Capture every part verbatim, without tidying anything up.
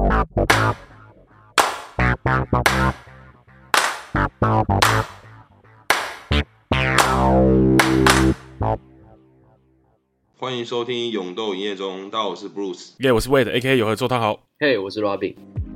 欢迎收听《勇斗营业中》，大家好，我是 Bruce， 耶、yeah, 我是 Wade，A K A 有合作汤豪， 嘿、hey, 我是 Robin。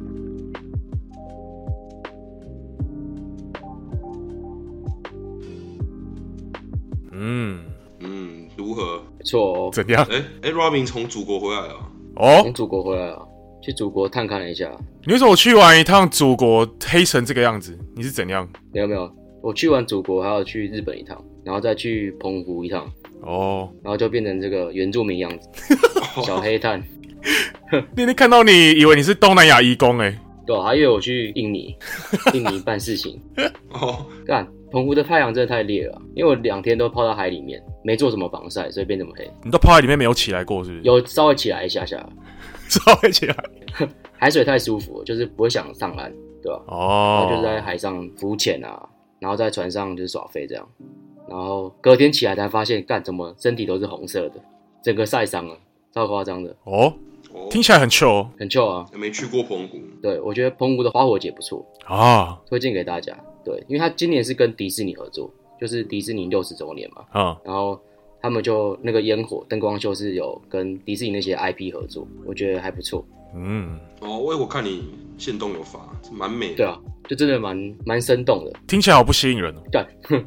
嗯嗯，如何？ 不错哦。 怎样？ 哎哎 ，Robin 从祖国回来了。 哦， 从祖国回来了，去祖国探看了一下。 你为什么去完一趟祖国黑成这个样子？你是怎样？ 没有没有，我去完祖国还要去日本一趟，然后再去澎湖一趟。 哦， 然后就变成这个原住民样子，小黑炭。 那天看到你，以为你是东南亚移工哎、欸。 对、啊，还以为我去印尼，印尼办事情。 哦， 干，澎湖的太阳真的太烈了，因为我两天都泡到海里面，没做什么防晒，所以变这么黑。 你都泡在里面没有起来过是不是？ 有稍微起来一下下， 稍微起来。 海水太舒服了，就是不会想上岸，对吧、啊？ 哦， 然后就在海上浮潜啊，然后在船上就是耍飞这样。然后隔天起来才发现，干怎么身体都是红色的，整个晒伤了，超夸张的。 哦，听起来很 chill， 很 chill 啊。 没去过澎湖， 对，我觉得澎湖的花火节不错啊， 推荐给大家。对，因为他今年是跟迪士尼合作，就是迪士尼六十周年嘛， 嗯， 然后他们就那个烟火灯光秀是有跟迪士尼那些 I P 合作，我觉得还不错。 嗯， 哦，我我看你限动有发，蛮美的。 对啊，就真的蛮蛮生动的。 听起来好不吸引人哦。 对，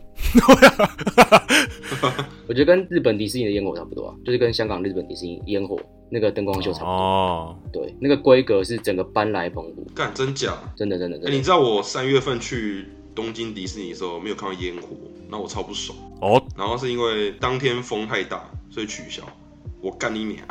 我觉得跟日本迪士尼的烟火差不多啊，就是跟香港、日本迪士尼烟火那个灯光秀差不多。 哦， 对，那个规格是整个搬来澎湖， 干真假？ 真的真的真的。 哎、欸，你知道我三月份去东京迪士尼的时候没有看到烟火，然后我超不爽。 哦， 然后是因为当天风太大，所以取消。我干你娘！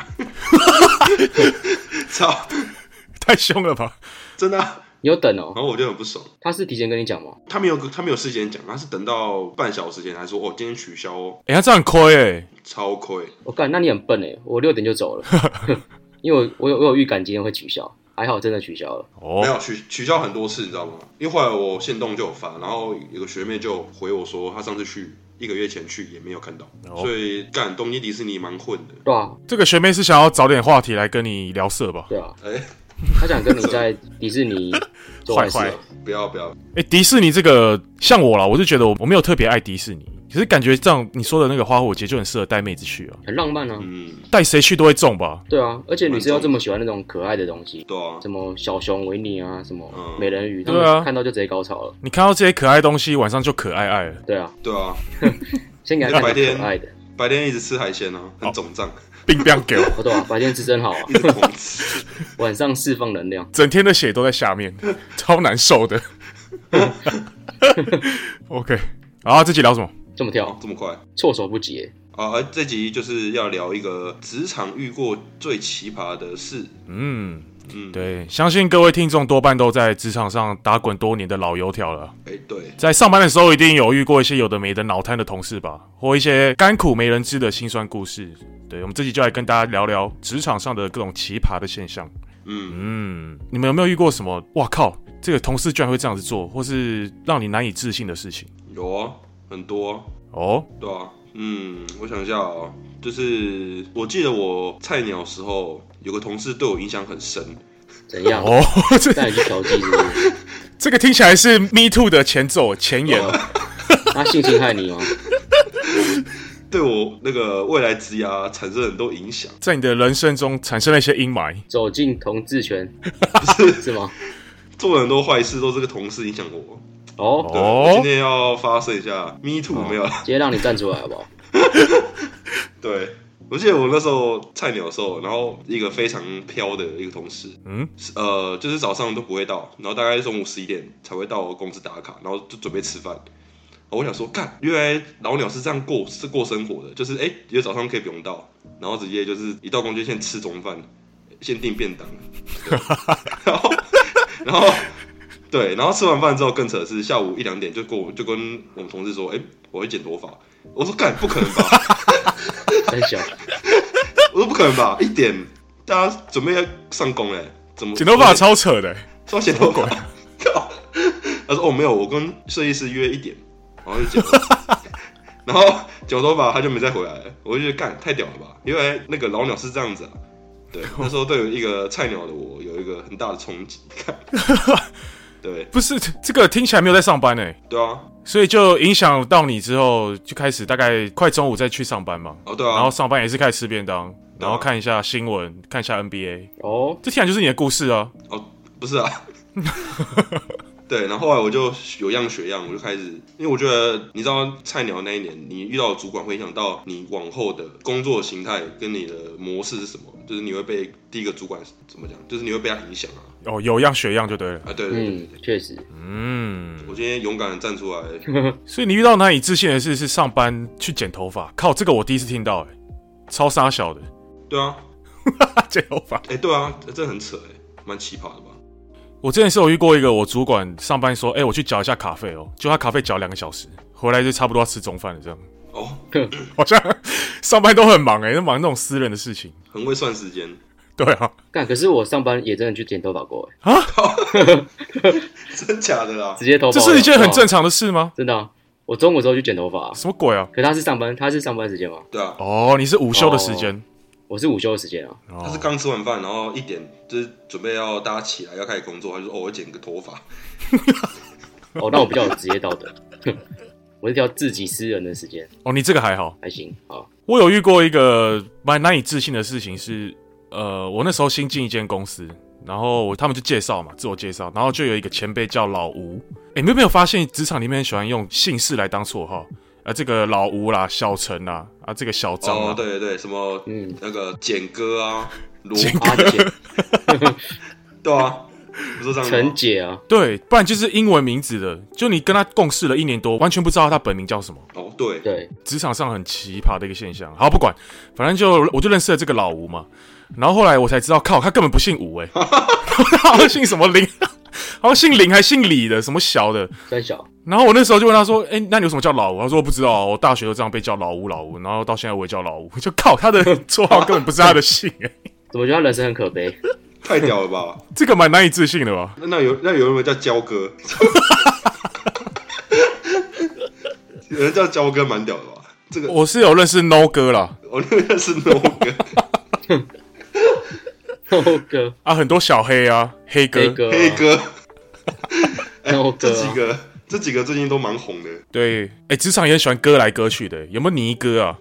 操， 太凶了吧！ 真的、啊。 你有等哦， 然后我就很不爽。 他是提前跟你讲吗？ 他没有，他没有事先讲，他是等到半小时前才说，哦，今天取消哦。 哎、欸，他这样很亏哎， 超亏。 我干，那你很笨哎，我六点就走了，因为我我有我有预感今天会取消，还好真的取消了。 哦，没有取取消很多次，你知道吗？因为后来我限动就有发，然后有个学妹就回我说，她上次去一个月前去也没有看到，哦、所以干东京迪士尼蛮混的。 对啊， 这个学妹是想要找点话题来跟你聊色吧？ 对啊， 哎、欸， 她想跟你在迪士尼做坏事、啊， 不要不要。 哎、欸，迪士尼这个像我啦，我是觉得我我没有特别爱迪士尼，可是感觉这样你说的那个花火节就很适合带妹子去啊， 很浪漫啊， 嗯， 带谁去都会中吧？ 对啊，而且女生要这么喜欢那种可爱的东西， 对啊， 什么小熊维尼啊，什么美人鱼， 对啊， 看到就直接高潮了。 你看到这些可爱东西，晚上就可爱爱了。 对啊， 对啊， 先给他看可爱的。 白天一直吃海鲜啊，很肿胀。 冰冰给我， 哦对啊，白天吃真好啊， 一直狂吃， 晚上释放能量， 整天的血都在下面，超难受的。OK， 然后这集聊什么？ 这么跳， 哦、这么快， 措手不及啊！而这集就是要聊一个职场遇过最奇葩的事。 嗯嗯，对，相信各位听众多半都在职场上打滚多年的老油条了。 哎、欸，对， 在上班的时候一定有遇过一些有的没的脑瘫的同事吧，或一些甘苦没人知的辛酸故事。对，我们这集就来跟大家聊聊职场上的各种奇葩的现象。嗯嗯，你们有没有遇过什么？哇靠，这个同事居然会这样子做，或是让你难以置信的事情？ 有啊，很多、啊。 哦， 对啊，嗯，我想一下哦，就是我记得我菜鸟的时候，有个同事对我影响很深。 怎样？ 哦， 这带你去调剂是不是？ 这个听起来是 Me Too 的前奏前言。 他性侵害你吗？ 对我那个未来职涯产生很多影响， 在你的人生中产生了一些阴霾， 走进同志圈， 是是吗？ 做了很多坏事都是这个同事影响我。 哦， 对，我今天要发射一下 Me Too、哦、没有？ 直接让你站出来好不好？ 对，我记得我那时候菜鸟的时候，然后一个非常飘的一个同事，嗯，呃，就是早上都不会到，然后大概中午十一点才会到我公司打卡，然后就准备吃饭。我想说，干，原来老鸟是这样过，是过生活的，就是哎，有早上可以不用到，然后直接就是一到公司先吃中饭，先订便当，然后，然后，对，然后吃完饭之后更扯的是下午一两点就跟我就跟我们同事说，哎，我会剪头发，我说干，不可能吧， 很小， 我说不可能吧，一点大家准备要上工嘞，怎么剪头发超扯的， 说剪头发，靠，他说哦没有，我跟设计师约一点。然后就剪了，然后剪头发他就没再回来了，我就觉得干太屌了吧，因为那个老鸟是这样子啊， 对，那时候对于一个菜鸟的我有一个很大的冲击。对， 不是这个听起来没有在上班哎。 对啊， 所以就影响到你之后，就开始大概快中午再去上班嘛。 哦，对啊。 然后上班也是开始吃便当，然后看一下新闻，看一下 N B A。 哦， 这听起来就是你的故事啊。 哦，不是啊。对，然后后来我就有样学样，我就开始，因为我觉得你知道菜鸟那一年，你遇到的主管会影响到你往后的工作形态跟你的模式是什么，就是你会被第一个主管怎么讲，就是你会被他影响啊。 哦，有样学样就对了啊，对对对， 嗯，确实， 嗯，我今天勇敢的站出来。 所以你遇到难以置信的事是上班去剪头发，靠，这个我第一次听到，哎，超傻小的。 对啊， 剪头发， 哎，对啊，这很扯哎，蛮奇葩的吧？ 我之前是有遇过一个，我主管上班说，哎、欸，我去缴一下卡费哦，就他卡费缴两个小时，回来就差不多要吃中饭了这样。 哦， 好像上班都很忙哎、欸，都忙那种私人的事情， 很会算时间。 对啊， 干，可是我上班也真的去剪头发过哎。 啊？ 真假的啦？ 直接头发， 这是一件很正常的事吗？ 真的、啊，我中午的时候去剪头发、啊。 什么鬼啊？ 可是他是上班，他是上班时间吗？ 对啊。 哦，你是午休的时间。 哦我是午休的时间啊， 他是刚吃完饭，然后一点就是准备要大家起来要开始工作，他就说：“哦，我剪个头发。” 哦，那我比较有职业道德，我是挑自己私人的时间。 哦，你这个还好， 还行。好， 我有遇过一个蛮难以置信的事情是，呃，我那时候新进一间公司，然后他们就介绍嘛，自我介绍，然后就有一个前辈叫老吴。哎，你有没有发现职场里面很喜欢用姓氏来当绰号？啊，这个老吴啦，小陈啦，啊，这个小张啊， 哦，对对对，什么，嗯，那个简哥啊，罗阿简， 对啊，不是这样吗？ 陈姐啊， 对，不然就是英文名字的，就你跟他共事了一年多，完全不知道他本名叫什么。 哦，对对， 职场上很奇葩的一个现象。好，不管，反正就我就认识了这个老吴嘛，然后后来我才知道，靠，他根本不姓吴哎、欸，他好像姓什么林，好像姓林还姓李的，什么小的， 三小。 然后我那时候就问他说：“哎、欸，那你有什么叫老吴？”他说：“我不知道、啊，我大学都这样被叫老吴老吴，然后到现在我也叫老吴。”就靠，他的绰号根本不是他的姓哎、欸， 怎么觉得他人生很可悲？ 太屌了吧！ 这个蛮难以置信的吧？ 那有那有人叫焦哥，有人叫焦哥蛮屌的吧？这个我是有认识 No 哥啦， 我认识 No 哥 ，No 哥啊，很多小黑啊，黑哥， 黑哥， 黑哥。 欸、No 哥、啊， 这几个这几个最近都蛮红的。 对，哎、欸，职场也很喜欢割来割去的，有没有尼哥啊？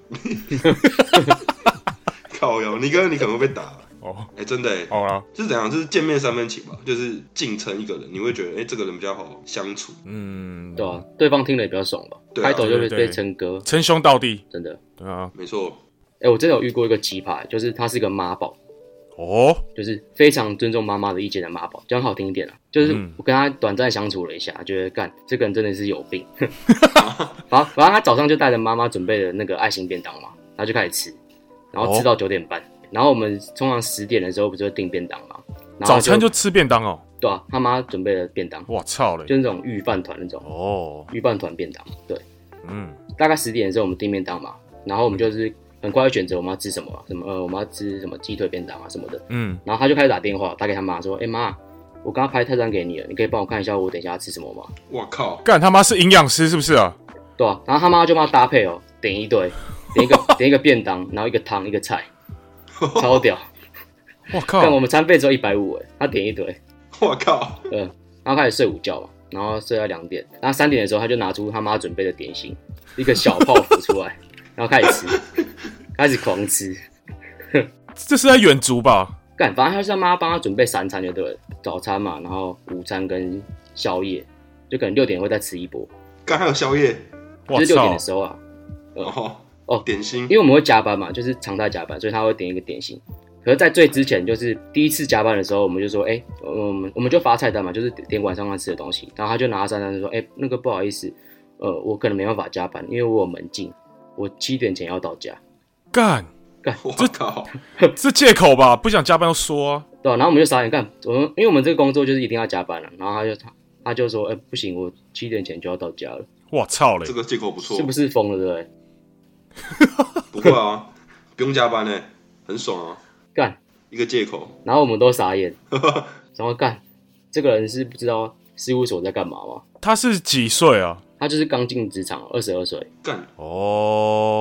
靠腰，尼哥你可能会被打。 哦， 哎、欸，真的哎， 好啦， 就是怎样，就是见面三分情吧，就是敬称一个人，你会觉得哎、欸，这个人比较好相处。 嗯， 对啊，对方听了也比较爽吧， 对啊、 开头就被被称哥， 称兄道弟， 真的。 对啊， 没错。 哎、欸，我真的有遇过一个奇葩，就是他是个妈宝。 哦， 就是非常尊重妈妈的意见的妈宝，讲好听一点啦，就是我跟他短暂相处了一下，觉得干这个人真的是有病。反正反正他早上就带着妈妈准备的那个爱心便当嘛，然后就开始吃，然后吃到九点半，哦、然后我们通常十点的时候不是会订便当嘛，然后早餐就吃便当哦。 对啊，他妈准备的便当， 哇操嘞， 就是那种御饭团那种哦，御饭团便当，对，嗯，大概十点的时候我们订便当嘛，然后我们就是很快就选择我们要吃什么，什么呃我们要吃什么鸡腿便当啊什么的，嗯，然后他就开始打电话打给他妈说，哎、欸、妈，我刚刚拍菜单给你了，你可以帮我看一下我等一下要吃什么吗？ 我靠， 干他妈是营养师是不是啊？ 对啊，然后他妈就帮他搭配哦，点一堆，点一个点一个便当，然后一个汤一个菜，超屌， 我靠， 但我们餐费只有一百五哎，他点一堆， 我靠， 嗯，然后开始睡午觉嘛，然后睡到两点，然后三点的时候他就拿出他妈准备的点心，一个小泡芙出来，然后开始吃，开始狂吃， 这是在远足吧？ 干，反正他是他妈帮他准备三餐就对了，早餐嘛，然后午餐跟宵夜，就可能六点会再吃一波。 干还有宵夜， 就是六点的时候啊。 哦哦，点心， 因为我们会加班嘛，就是常态加班，所以他会点一个点心。可是，在最之前，就是第一次加班的时候，我们就说，哎、欸，我们我们就发菜单嘛，就是点晚上要吃的东西。然后他就拿菜单说，哎、欸，那个不好意思，呃，我可能没办法加班，因为我有门禁，我七点前要到家。 干干， 我靠， 这借口吧？不想加班就说啊。 对啊，然后我们就傻眼干，我们因为我们这个工作就是一定要加班了，然后他就他他就说，哎、欸，不行，我七点前就要到家了。 我操嘞， 这个借口不错， 是不是疯了？对不对？ 不会啊，不用加班呢、欸，很爽啊。 干一个借口， 然后我们都傻眼，然后干这个人是不知道事务所在干嘛吗？ 他是几岁啊？ 他就是刚进职场，二十二岁。 干哦， 对，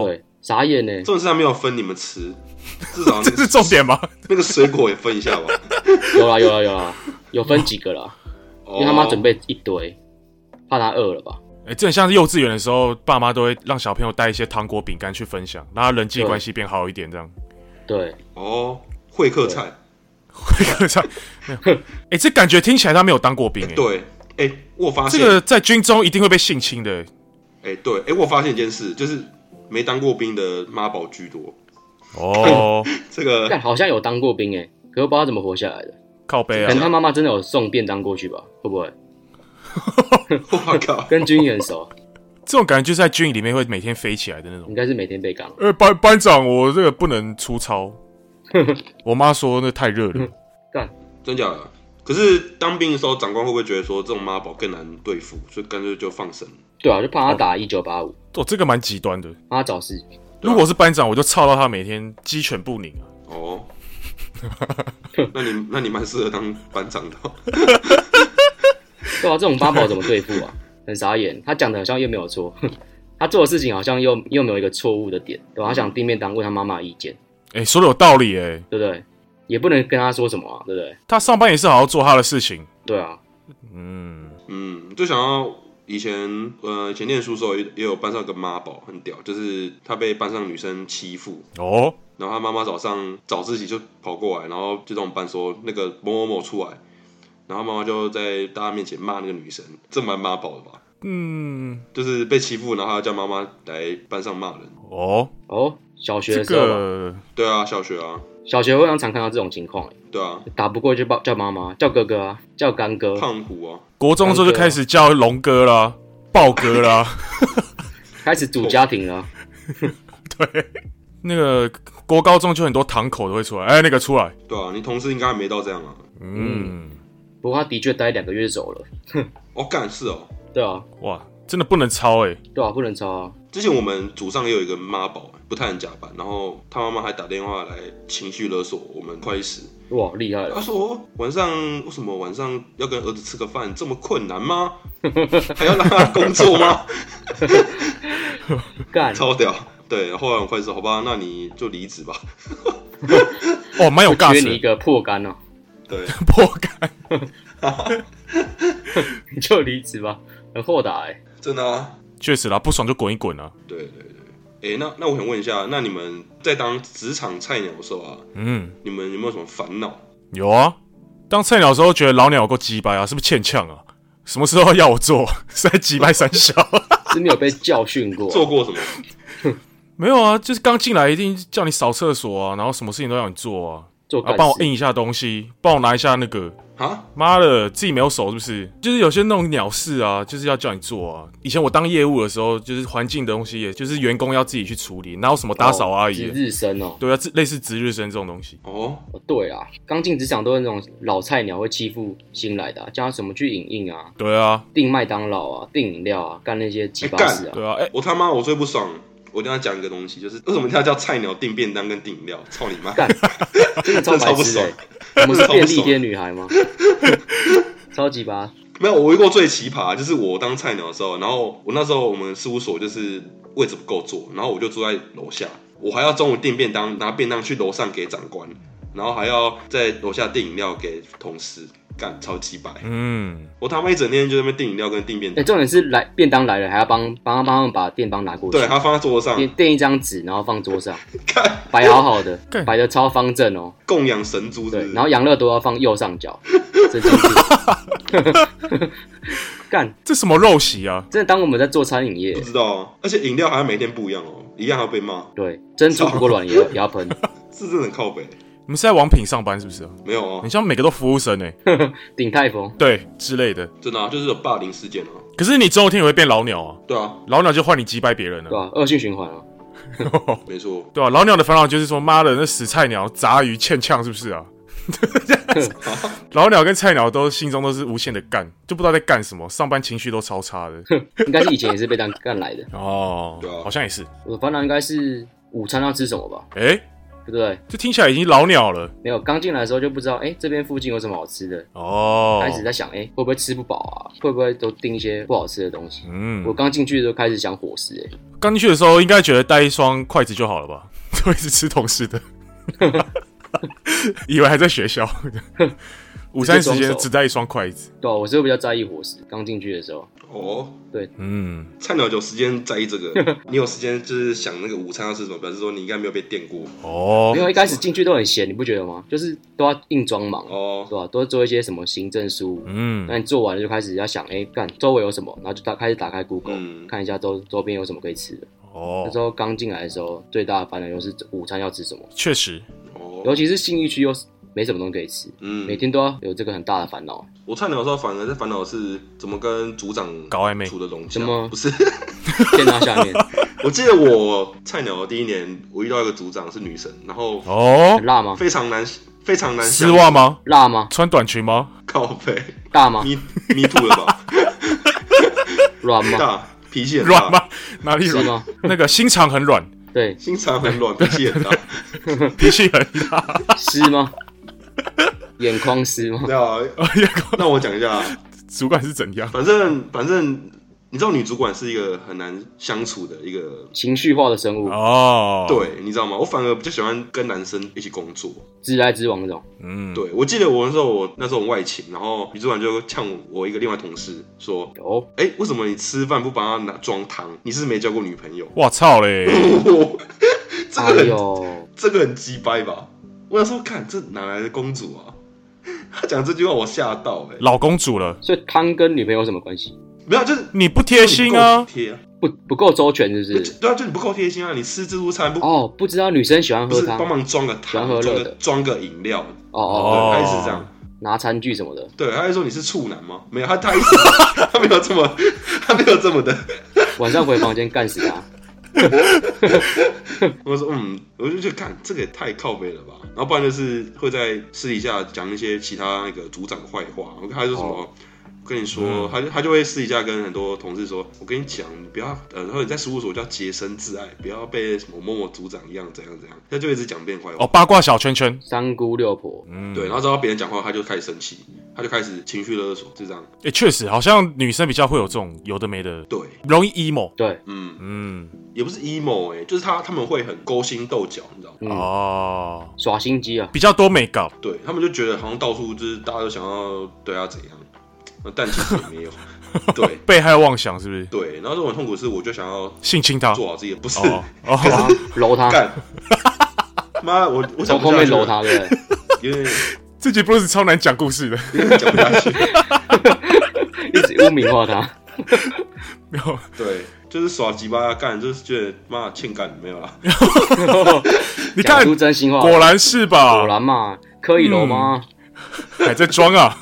傻眼呢。 重点是他没有分你们吃，至少、那個、 这是重点吗？ 那个水果也分一下吧。 有啦有啦有啦，有分几个啦，因为他妈准备一堆，怕他饿了吧。 哎、欸，这很像是幼稚园的时候，爸妈都会让小朋友带一些糖果、饼干去分享，让他人际关系变好一点，这样。 对。 哦，会客菜。 会客菜。哎、欸，这感觉听起来他没有当过兵哎、欸。 对。哎、欸，我发现这个在军中一定会被性侵的、欸。 哎、欸，对。哎、欸，我发现一件事，就是没当过兵的妈宝居多。 哦。 这个好像有当过兵哎、欸，可是不知道他怎么活下来的。 靠背啊。 可能他妈妈真的有送便当过去吧？会不会？ 我靠， 跟军营很熟， 这种感觉就是在军营里面会每天飞起来的那种。 应该是每天被赶。 呃、欸，班班长，我这个不能出操。我妈说那太热了。 干， 真假的？可是当兵的时候，长官会不会觉得说这种妈宝更难对付，所以干脆就放生？ 对啊，就怕他打一九八五。 哦，这个蛮极端的。 怕他找事。 如果是班长，我就操到他每天鸡犬不宁啊。 哦。那你那你蛮适合当班长的。 对啊，这种妈宝怎么对付啊？很傻眼，他讲的好像又没有错，他做的事情好像又又没有一个错误的点，对吧？他想订便当问他妈妈的意见， 哎、欸，说的有道理哎、欸， 对不对？也不能跟他说什么啊，对不对？ 他上班也是好好做他的事情， 对啊， 嗯嗯，就想要以前呃以前念书的时候也也有班上有个妈宝很屌，就是他被班上女生欺负哦， 然后他妈妈早上早自习就跑过来，然后就跟我们班说那个某某某出来。然后妈妈就在大家面前骂那个女生，这蛮妈宝的吧？ 嗯， 就是被欺负，然后他叫妈妈来班上骂人。 哦哦，小学的时候吧、 这个、 对啊，小学啊， 小学会常常看到这种情况。 对啊， 打不过就叫妈妈，叫哥哥啊，叫干哥， 胖虎啊。 国中之后就开始叫龙哥啦、豹哥啦， 开始组家庭了。 对，那个国高中就很多堂口都会出来，哎、欸，那个出来。 对啊，你同事应该还没到这样啊。 嗯。 不过他的确待两个月就走了。 哦，干是哦。 对啊。 哇，真的不能抄哎、欸。 对啊，不能抄啊。 之前我们组上也有一个妈宝，不太能加班，然后他妈妈还打电话来情绪勒索我们会计师。 哇，厉害了！ 他说晚上为什么晚上要跟儿子吃个饭这么困难吗？还要让他工作吗？ 干， 超屌。对，后来我会计师，好吧，那你就离职吧。 哦，蛮有尬词。 缺你一个破杆哦。 对， 破杆。 你就离职吧，很豁达哎、欸。 真的啊。 确实啦，不爽就滚一滚啊。 对对对。哎、欸，那那我想问一下，那你们在当职场菜鸟的时候啊，嗯，你们有没有什么烦恼？ 有啊，当菜鸟的时候觉得老鸟有够鸡掰啊，是不是欠呛啊？什么时候要我做？是在鸡掰三小？ 是没有被教训过、啊？ 做过什么？ 没有啊，就是刚进来一定叫你扫厕所啊，然后什么事情都要你做啊， 做啊，帮我印一下东西，帮我拿一下那个。 啊！ 妈的，自己没有手是不是？就是有些那种鸟事啊，就是要叫你做啊。以前我当业务的时候，就是环境的东西，也就是员工要自己去处理，哪有什么打扫阿姨、 哦？值日生哦， 对啊，类似值日生这种东西。 哦， 对啊，刚进职场都是那种老菜鸟会欺负新来的、啊，叫他什么去影印啊， 对啊， 订麦当劳啊，订饮料啊，干那些鸡巴事啊。 对啊，哎、欸， 我他妈我最不爽。我一定要讲一个东西，就是为什么他叫菜鸟订便当跟订饮料？操你妈！ 干，真的超白痴哎、欸！我们是便利贴女孩吗？超级吧？ 没有，我遇过最奇葩，就是我当菜鸟的时候，然后我那时候我们事务所就是位置不够坐，然后我就坐在楼下，我还要中午订便当，拿便当去楼上给长官，然后还要在楼下订饮料给同事。干超鸡白，嗯，我他妈一整天就在那边订饮料跟订便当。 哎、欸，重点是来便当来了，还要帮帮他帮他们把便当拿过去。 对，还要放在桌上， 垫垫一张纸，然后放桌上，摆好好的，摆的超方正哦。 供养神猪是不是， 对，然后养乐多要放右上角，这真是干这什么陋习啊！ 真的当我们在做餐饮业， 不知道啊，而且饮料还要每天不一样哦，一样还要被骂。 对，珍珠不够软也要也要喷， 是真的很靠北。 你们是在王品上班是不是、啊？ 没有啊， 你像每个都服务生哎、欸， 鼎泰丰对之类的， 真的啊，就是有霸凌事件啊。 可是你总有一天也会变老鸟啊。 对啊， 老鸟就换你击败别人了。 对啊，恶性循环啊。 没错。 对啊，老鸟的烦恼就是说，妈的，那死菜鸟杂鱼欠呛是不是啊？老鸟跟菜鸟都心中都是无限的干，就不知道在干什么，上班情绪都超差的。 应该是以前也是被这样干来的哦， 对啊， 好像也是。 我的烦恼应该是午餐要吃什么吧？ 哎、欸， 对不对？ 这听起来已经老鸟了。 没有，刚进来的时候就不知道，哎，这边附近有什么好吃的哦， 开始在想，哎，会不会吃不饱啊？会不会都订一些不好吃的东西？ 嗯， 我刚进去的时候开始想伙食，哎， 刚进去的时候应该觉得带一双筷子就好了吧？都一直吃同事的，以为还在学校。午餐时间只带一双筷子。 对、啊，我是比较在意伙食。刚进去的时候， 哦， 对， 嗯， 菜鸟有时间在意这个，你有时间就是想那个午餐要吃什么，表示说你应该没有被电过。 哦， 没有，一开始进去都很闲，你不觉得吗？就是都要硬装忙， 哦， 对吧、啊？都要做一些什么行政事务。嗯，那你做完了就开始要想，哎，干周围有什么，然后就打开始打开 Google、嗯、看一下周周边有什么可以吃的。哦，那时候刚进来的时候，最大的烦恼就是午餐要吃什么。 确实， 哦， 尤其是信义区又是没什么东西可以吃，嗯，每天都要有这个很大的烦恼。 我菜鸟的时候反而在烦恼的是怎么跟组长搞暧昧处的融洽， 什么不是先拿下面。 我记得我菜鸟的第一年，我遇到一个组长是女生，然后哦， 很辣吗？ 非常难，非常难。 丝袜吗？ 辣吗？ 穿短裙吗？ 靠背。 大吗？ 迷迷吐了吧？ 软吗？ 大，脾气很大。软吗？哪里软？ 吗？ 那个心肠很软。 对，心肠很软，脾气很大。 脾气很大。 湿吗？眼眶湿吗？ 对啊，那我讲一下， 主管是怎样？ 反正反正，你知道女主管是一个很难相处的一个情绪化的生物哦。 对，你知道吗？我反而比较喜欢跟男生一起工作， 直来直往那种。 嗯，对，我记得我那时候我那时候我外勤，然后女主管就呛我一个另外同事说：“哦，哎，为什么你吃饭不帮他拿装汤？你是没交过女朋友？” 我操嘞！ 这个很、 哎呦， 这个很鸡掰吧？我那时候看这哪来的公主啊？他讲这句话我吓到哎、欸， 老公主了。 所以汤跟女朋友有什么关系？ 没有，就是你不贴心啊， 贴啊， 不不够周全，是不是？ 对啊，就你不够贴心啊！你吃自助餐不哦，不知道女生喜欢喝汤， 帮忙装个汤， 喝热的， 装个饮料。 哦哦， 对，他是这样， 拿餐具什么的。 对，他是说你是处男吗？没有，他他意思他没有这么，他没有这么的。 晚上回房间干死他。 我说嗯，我就去看这个也太靠背了吧，然后不然就是会在私底下讲一些其他那个组长的坏话，我看他说什么。哦我跟你说，嗯、他就他就会私底下跟很多同事说，我跟你讲，你不要，呃，然后你在事务所叫洁身自爱，不要被什么某某组长一样怎样怎样，他就一直讲别人坏话。 哦，八卦小圈圈， 三姑六婆， 嗯，对，然后只要别人讲话，他就开始生气，他就开始情绪勒索，就这样。 哎、欸，确实，好像女生比较会有这种有的没的， 对， 容易 emo， 对， 嗯嗯，也不是 emo 哎、欸，就是他他们会很勾心斗角，你知道吗？ 嗯、 哦， 耍心机啊， 比较多美感， 对他们就觉得好像到处就是大家都想要对他怎样。但其实也没有，对， 被害妄想是不是？ 对，然后这种痛苦是，我就想要性侵他， 做好自己的，不是， 哦，哦揉他， 干，妈，我我从后面揉他，对， 因为自己不是超难讲故事的， 讲不下去， 一直污名化他， 没有， 对，就是耍鸡巴干，就是觉得妈欠干没有啦， 你看出真心话， 果然是吧？ 果然嘛，可以揉吗？ 嗯、还在装啊？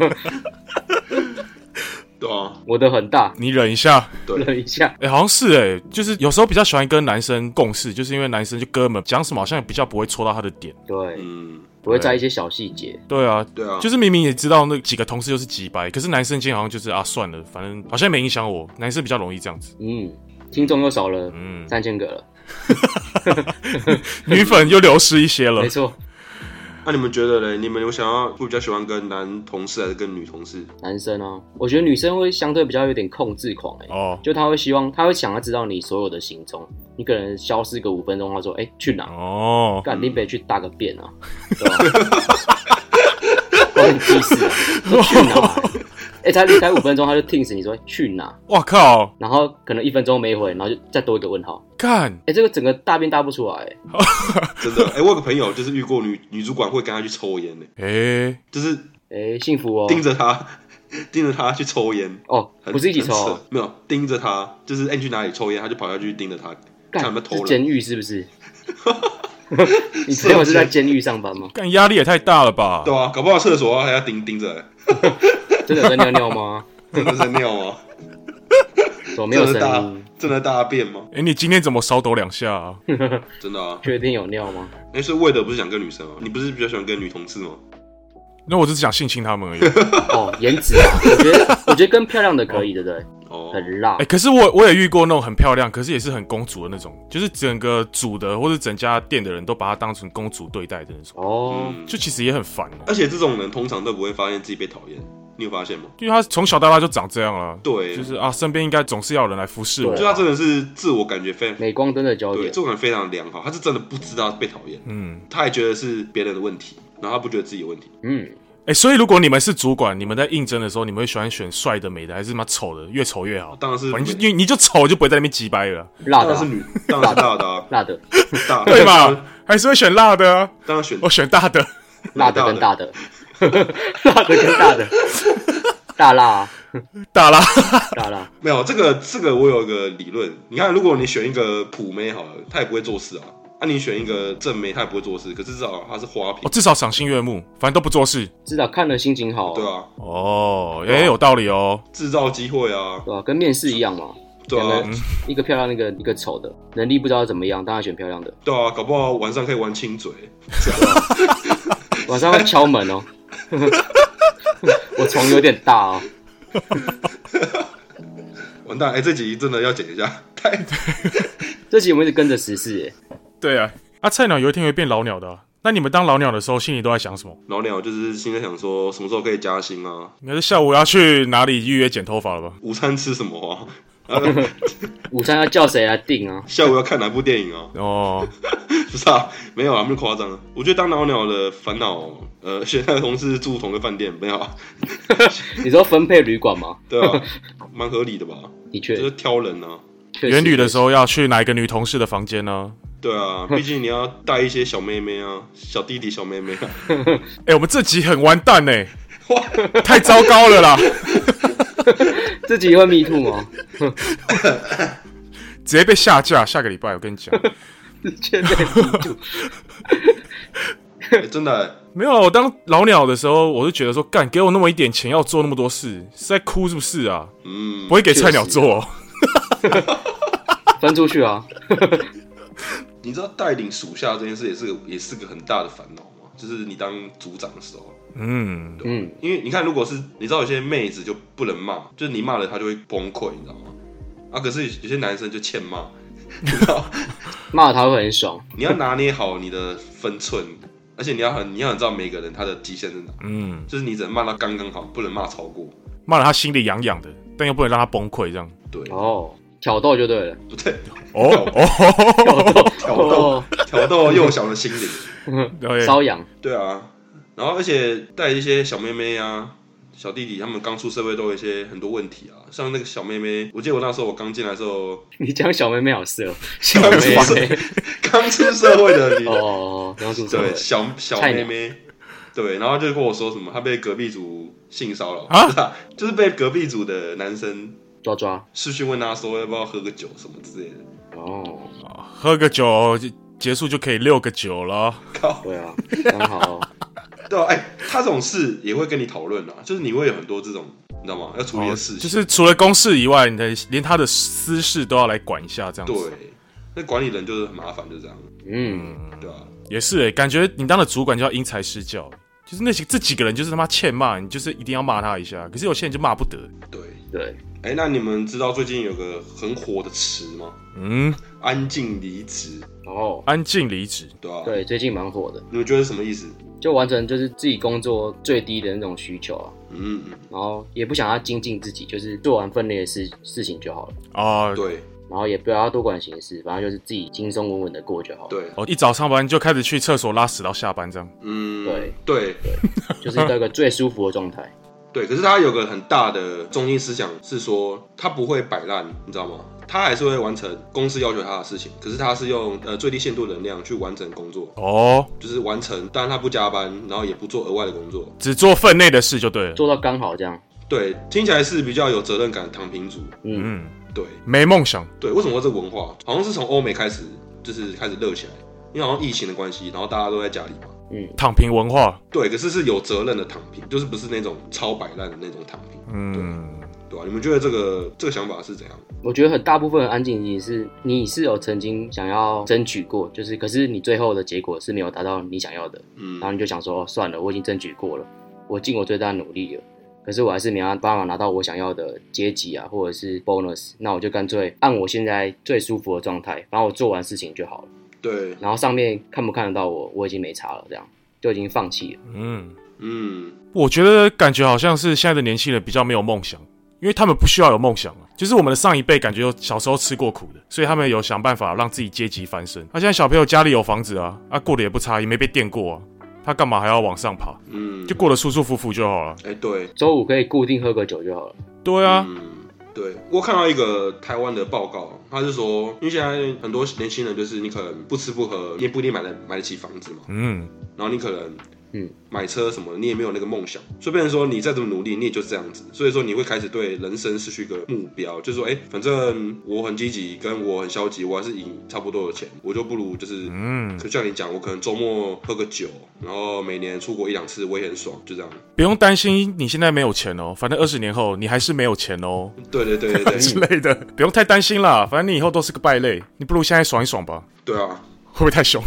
对啊， 我的很大， 你忍一下， 对，忍一下。 哎、欸，好像是哎、欸，就是有时候比较喜欢跟男生共事，就是因为男生就哥们讲什么好像比较不会戳到他的点， 对，嗯，不会在一些小细节。 对啊， 对啊， 就是明明也知道那几个同事就是鸡掰，可是男生间好像就是啊算了，反正好像没影响我，男生比较容易这样子。 嗯，听众又少了，嗯，三千个了， 女粉又流失一些了， 没错。 那、啊、你们觉得嘞？你们有想要会比较喜欢跟男同事还是跟女同事？ 男生啊，我觉得女生会相对比较有点控制狂哎、欸，哦，就他会希望，他会想要知道你所有的行踪，你可能消失个五分钟，他说，哎、欸，去哪？哦，干林北去大个便啊，对吧？关你屁事啊！都去哪、欸？哎、欸，才离开五分钟，他就停死，你说去哪？ 哇靠！ 然后可能一分钟没回，然后就再多一个问号。 干！ 哎、欸，这个整个大便大不出来、欸， 真的。哎、欸，我有个朋友就是遇过女女主管会跟他去抽烟呢、欸。哎、 欸， 就是哎、欸，幸福哦， 盯着他，盯着他去抽烟。 哦，不是一起抽、哦， 没有盯着他，就是哎、欸、去哪里抽烟，他就跑下去盯着他，看有没有偷了。 监狱是不是？你朋友是在监狱上班吗？ 干，压力也太大了吧？ 对啊，搞不好厕所还要盯盯着、欸。 真的在尿尿吗？ 真的在尿吗？ 怎么没有声音？ 真的大便吗？ 哎、欸，你今天怎么少抖两下啊？ 真的啊？ 确定有尿吗？ 哎、欸，所以魏德不是想跟女生吗？你不是比较喜欢跟女同事吗？ 那我只是想性侵他们而已。 哦，颜值啊，我觉得我觉得跟漂亮的可以，对不对？ 哦， 哦，很辣。 哎、欸，可是我我也遇过那种很漂亮，可是也是很公主的那种，就是整个组的或者整家店的人都把她当成公主对待的那种。哦，嗯、就其实也很烦。 而且这种人通常都不会发现自己被讨厌。你有发现吗？ 因为他从小到大就长这样了， 对， 就是啊，身边应该总是要有人来服侍我。 就他真的是自我感觉非常镁光灯的焦点， 对，这种人非常良好，他是真的不知道被讨厌，嗯，他还觉得是别人的问题，然后他不觉得自己有问题，嗯， 哎、欸，所以如果你们是主管，你们在应征的时候，你们会喜欢选帅的、美的，还是他妈丑的？越丑越好？ 当然是， 你就你就丑就不会在那边鸡掰了。 辣的、啊， 当然是女，当然是辣的、啊， 辣的， 大对嘛？还是会选辣的啊？ 当然选， 我选大的， 辣的跟大的，辣的跟大的。大辣、啊， 大辣， 大辣， 没有这个这个我有一个理论，你看，如果你选一个普妹好了，她也不会做事啊。啊，你选一个正妹，她也不会做事，可是至少她是花瓶， 哦，至少赏心悦目，反正都不做事， 至少看了心情好、啊。 对啊， 哦，也、欸、有道理哦， 制造机会啊， 对啊，跟面试一样嘛。 对啊， 一个漂亮，一个一个丑的，能力不知道怎么样，当然选漂亮的。 对啊，搞不好晚上可以玩亲嘴， 晚上会敲门哦。我床有点大哦。 完蛋！哎、欸，这集真的要剪一下，太这集我们一直跟着时事耶。 对啊，啊，菜鸟有一天会变老鸟的、啊。那你们当老鸟的时候，心里都在想什么？ 老鸟就是心里想说，什么时候可以加薪啊？ 应该是下午要去哪里预约剪头发了吧？ 午餐吃什么啊？ 午餐要叫谁来订啊？ 下午要看哪部电影啊？ 哦， 不是啊，没有啊，那么夸张。我觉得当老鸟的烦恼，呃，现在的同事住同个饭店，没有啊？ 你说分配旅馆吗？ 对啊，蛮合理的吧？ 的确， 就是挑人啊。 远旅的时候要去哪一个女同事的房间呢？ 对啊，毕竟你要带一些小妹妹啊，小弟弟、小妹妹啊。 哎、欸，我们这集很完蛋哎、欸，太糟糕了啦！ 这集会 me too 吗？ 直接被下架，下个礼拜我跟你讲， 直接被 me too。 欸、真的、欸、 没有，我当老鸟的时候，我就觉得说，干给我那么一点钱，要做那么多事，是在哭是不是啊？嗯，不会给菜鸟做、哦， 分出去啊！ 你知道带领属下这件事也是个也是个很大的烦恼吗？就是你当组长的时候，嗯嗯，因为你看，如果是你知道有些妹子就不能骂，就是你骂了她就会崩溃，你知道吗？啊，可是有些男生就欠骂，你知道骂了他会很爽。 你要拿捏好你的分寸。而且你要很，你要很知道每个人他的极限在哪，嗯，就是你只能骂到刚刚好，不能骂超过， 骂了他心里痒痒的，但又不能让他崩溃，这样。 对， 哦，挑逗就对了， 不对， 哦哦， 挑逗，挑逗幼小的心灵， 瘙痒， 对啊，然后而且带一些小妹妹啊。小弟弟他们刚出社会都有一些很多问题啊，像那个小妹妹，我记得我那时候我刚进来的时候， 你讲小妹妹好色，小妹妹刚出社会的你哦，刚出社会， 对小小妹妹，对，然后就跟我说什么，她被隔壁组性骚扰啊， 就是被隔壁组的男生抓抓， 视讯问他说要不要喝个酒什么之类的， 哦，喝个酒结束就可以六个酒了， 靠， 对啊，刚好。 对啊，哎、欸，他这种事也会跟你讨论啊，就是你会有很多这种，你知道吗？要处理的事情，哦、 就是除了公事以外，你的连他的私事都要来管一下，这样子。 对，那管理人就是很麻烦，就这样。嗯，对啊， 也是哎、欸，感觉你当了主管就要因材施教，就是那些这几个人就是他妈欠骂，你就是一定要骂他一下。可是有些人就骂不得。 对对， 哎、欸，那你们知道最近有个很火的词吗？嗯，安静离职。 哦， 安静离职， 对啊， 对，最近蛮火的。 你们觉得什么意思？ 就完成就是自己工作最低的那种需求啊，嗯嗯，然后也不想要精进自己，就是做完分内的事事情就好了啊，对， 然后也不要多管闲事，反正就是自己轻松稳稳的过就好了。 对， 哦，一早上班就开始去厕所拉屎到下班这样， 嗯， 对对对，就是一个最舒服的状态。 对，可是他有个很大的中心思想是说，他不会摆烂，你知道吗？他还是会完成公司要求他的事情，可是他是用呃最低限度能量去完成工作哦，就是完成，当然他不加班，然后也不做额外的工作， 只做分内的事就对了， 做到刚好这样。 对，听起来是比较有责任感的躺平族。嗯，对， 没梦想。 对，为什么会这个文化好像是从欧美开始，就是开始热起来，因为好像疫情的关系，然后大家都在家里嘛。 嗯，躺平文化。 对，可是是有责任的躺平，就是不是那种超摆烂的那种躺平。嗯。对对吧、啊？你们觉得这个这个想法是怎样？ 我觉得很大部分的安静也是你是有曾经想要争取过，就是可是你最后的结果是没有达到你想要的，嗯，然后你就想说、哦、算了，我已经争取过了，我尽我最大的努力了， 可是我还是没办法拿到我想要的阶级啊，或者是 bonus， 那我就干脆按我现在最舒服的状态，反正我做完事情就好了。 对， 然后上面看不看得到我，我已经没差了，这样就已经放弃了。 嗯嗯， 我觉得感觉好像是现在的年轻人比较没有梦想，因为他们不需要有梦想啊。就是我们的上一辈感觉有小时候吃过苦的，所以他们有想办法让自己阶级翻身。那、啊、现在小朋友家里有房子啊，啊过得也不差，也没被电过啊，他干嘛还要往上爬？嗯，就过得舒舒服服就好了。 哎、欸，对， 周五可以固定喝个酒就好了。 对啊。 嗯，对，我看到一个台湾的报告，他是说，因为现在很多年轻人就是你可能不吃不喝，你也不一定买得买得起房子嘛，嗯，然后你可能嗯买车什么的，你也没有那个梦想，所以变成说你再怎么努力，你也就是这样子，所以说你会开始对人生失去一个目标，就是说，哎、欸，反正我很积极，跟我很消极，我还是赢差不多的钱，我就不如就是嗯，就像你讲，我可能周末喝个酒，然后每年出国一两次，我也很爽，就这样。 不用担心你现在没有钱哦，反正二十年后你还是没有钱哦。 对对对对对之类的，不用太担心啦，反正你以后都是个败类，你不如现在爽一爽吧。 对啊， 会不会太凶？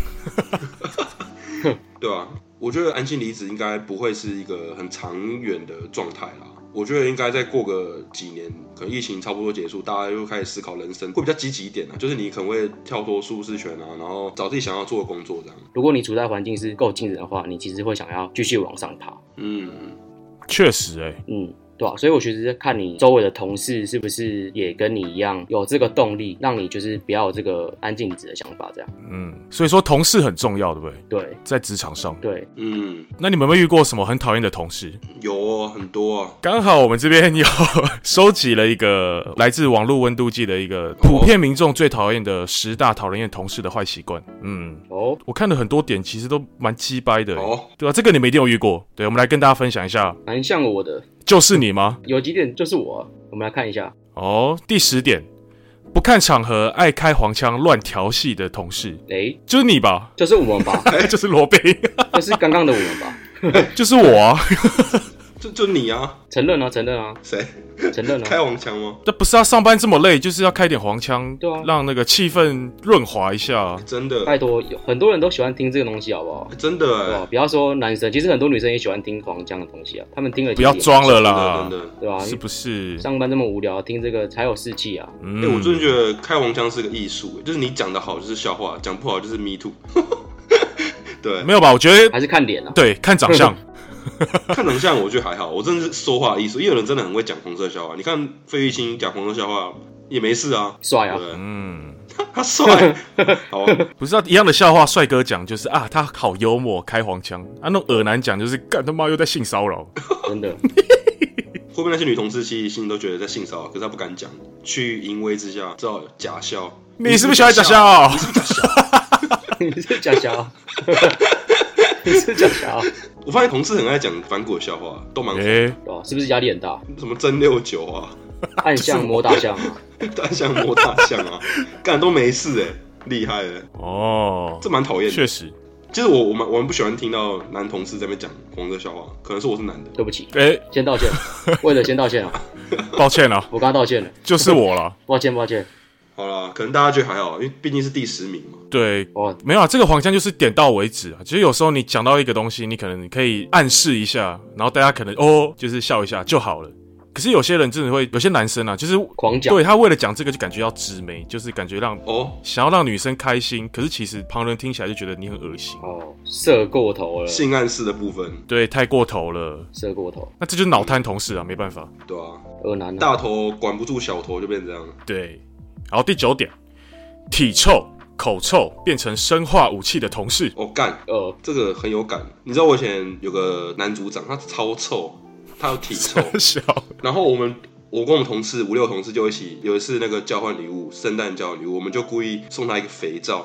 对啊，我觉得安心离职应该不会是一个很长远的状态啦。我觉得应该再过个几年，可能疫情差不多结束，大家又开始思考人生，会比较积极一点啊。就是你可能会跳脱舒适圈啊，然后找自己想要做的工作这样。如果你处在环境是够竞争的话，你其实会想要继续往上爬。 嗯，确实哎、欸， 嗯。对啊，所以我其实看你周围的同事是不是也跟你一样有这个动力，让你就是不要有这个安静离职的想法，这样。 嗯，所以说同事很重要，对不对？ 对， 在职场上。 对， 嗯。 那你们有没有遇过什么很讨厌的同事？ 有哦，很多啊。 刚好我们这边有收集了一个来自网络温度计的一个普遍民众最讨厌的十大讨人厌同事的坏习惯。嗯，哦，我看了很多点，其实都蛮鸡掰的。哦，对吧、啊？这个你们一定有遇过。对，我们来跟大家分享一下。 蛮像我的。 就是你吗？ 有几点就是我，我们来看一下。 哦，第十点，不看场合爱开黄腔乱调戏的同事，哎、欸，就是你吧？ 就是我们吧？ 就是罗宾， 就是刚刚的我们吧？ 就是我啊。 就就你啊， 承认啊，承认啊， 谁承认啊？ 开黄腔吗？ 这不是要上班这么累，就是要开点黄腔， 对啊， 让那个气氛润滑一下。 欸、真的， 拜托，有很多人都喜欢听这个东西，好不好？ 欸、真的、欸， 对吧？不要说男生，其实很多女生也喜欢听黄腔的东西啊，他们听了不要装了啦， 真的， 对吧？ 是不是？ 上班这么无聊，听这个才有士气啊。 嗯，欸、我真的觉得开黄腔是个艺术，就是你讲的好就是笑话，讲不好就是 me too。对， 没有吧？我觉得还是看脸啊， 对，看长相。 看长相我觉得还好，我真的是说话的艺术，因为有人真的很会讲红色笑话。你看费玉清讲红色笑话也没事啊， 帅啊， 嗯， 他帅，好， 不是一样的笑话，帅哥讲就是啊，他好幽默，开黄腔啊，那种恶男讲就是干他妈又在性骚扰， 真的。 会不会那些女同事其实心里都觉得在性骚扰，可是她不敢讲，去淫威之下，只好假笑。 你是不是喜欢假笑？ 你是不是假笑？ 你是假笑。你是假笑。 我发现同事很爱讲反骨的笑话，都蛮好、欸哦，是不是压力很大？ 什么真六九啊， 暗象摸大象啊， 暗象摸大象啊，干都没事哎、欸，厉害的哦，这蛮讨厌的。 确实， 其实我我们我们不喜欢听到男同事在那边讲黄色笑话，可能是我是男的， 对不起， 哎、欸， 先道歉，为了先道歉啊， 抱歉啊， 我刚道歉了， 就是我了， 抱歉抱歉。 好啦，可能大家觉得还好，因为毕竟是第十名嘛。 对，哦，没有啊，这个黄腔就是点到为止啊。其实有时候你讲到一个东西，你可能可以暗示一下，然后大家可能哦，就是笑一下就好了。可是有些人真的会，有些男生啊，就是狂讲， 对他为了讲这个就感觉要直眉，就是感觉让哦想要让女生开心，可是其实旁人听起来就觉得你很恶心哦，射过头了， 性暗示的部分， 对，太过头了， 射过头， 那这就是脑瘫同事啊，没办法， 对啊， 恶男、啊， 大头管不住小头就变成这样， 对。然后第九点。体臭、口臭变成生化武器的同事， 哦干，呃，这个很有感。你知道我以前有个男组长，他超臭，他有体臭。然后我们，我跟我们同事五六同事就一起，有一次那个交换礼物，圣诞交换礼物，我们就故意送他一个肥皂。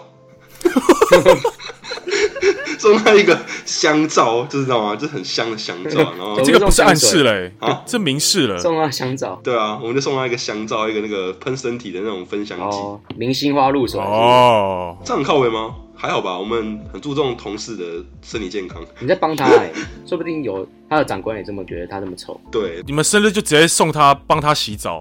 送他一个香皂，就知道吗？就是很香的香皂。然后这个不是暗示嘞、欸，啊，这明示了。 送他香皂， 对啊，我们就送他一个香皂，一个那个喷身体的那种分香剂。 哦，明星花露水。 哦， 这样很靠北吗？还好吧，我们很注重同事的身体健康。 你在帮他哎、欸，说不定有他的长官也这么觉得他这么臭。 对， 你们生日就直接送他帮他洗澡，直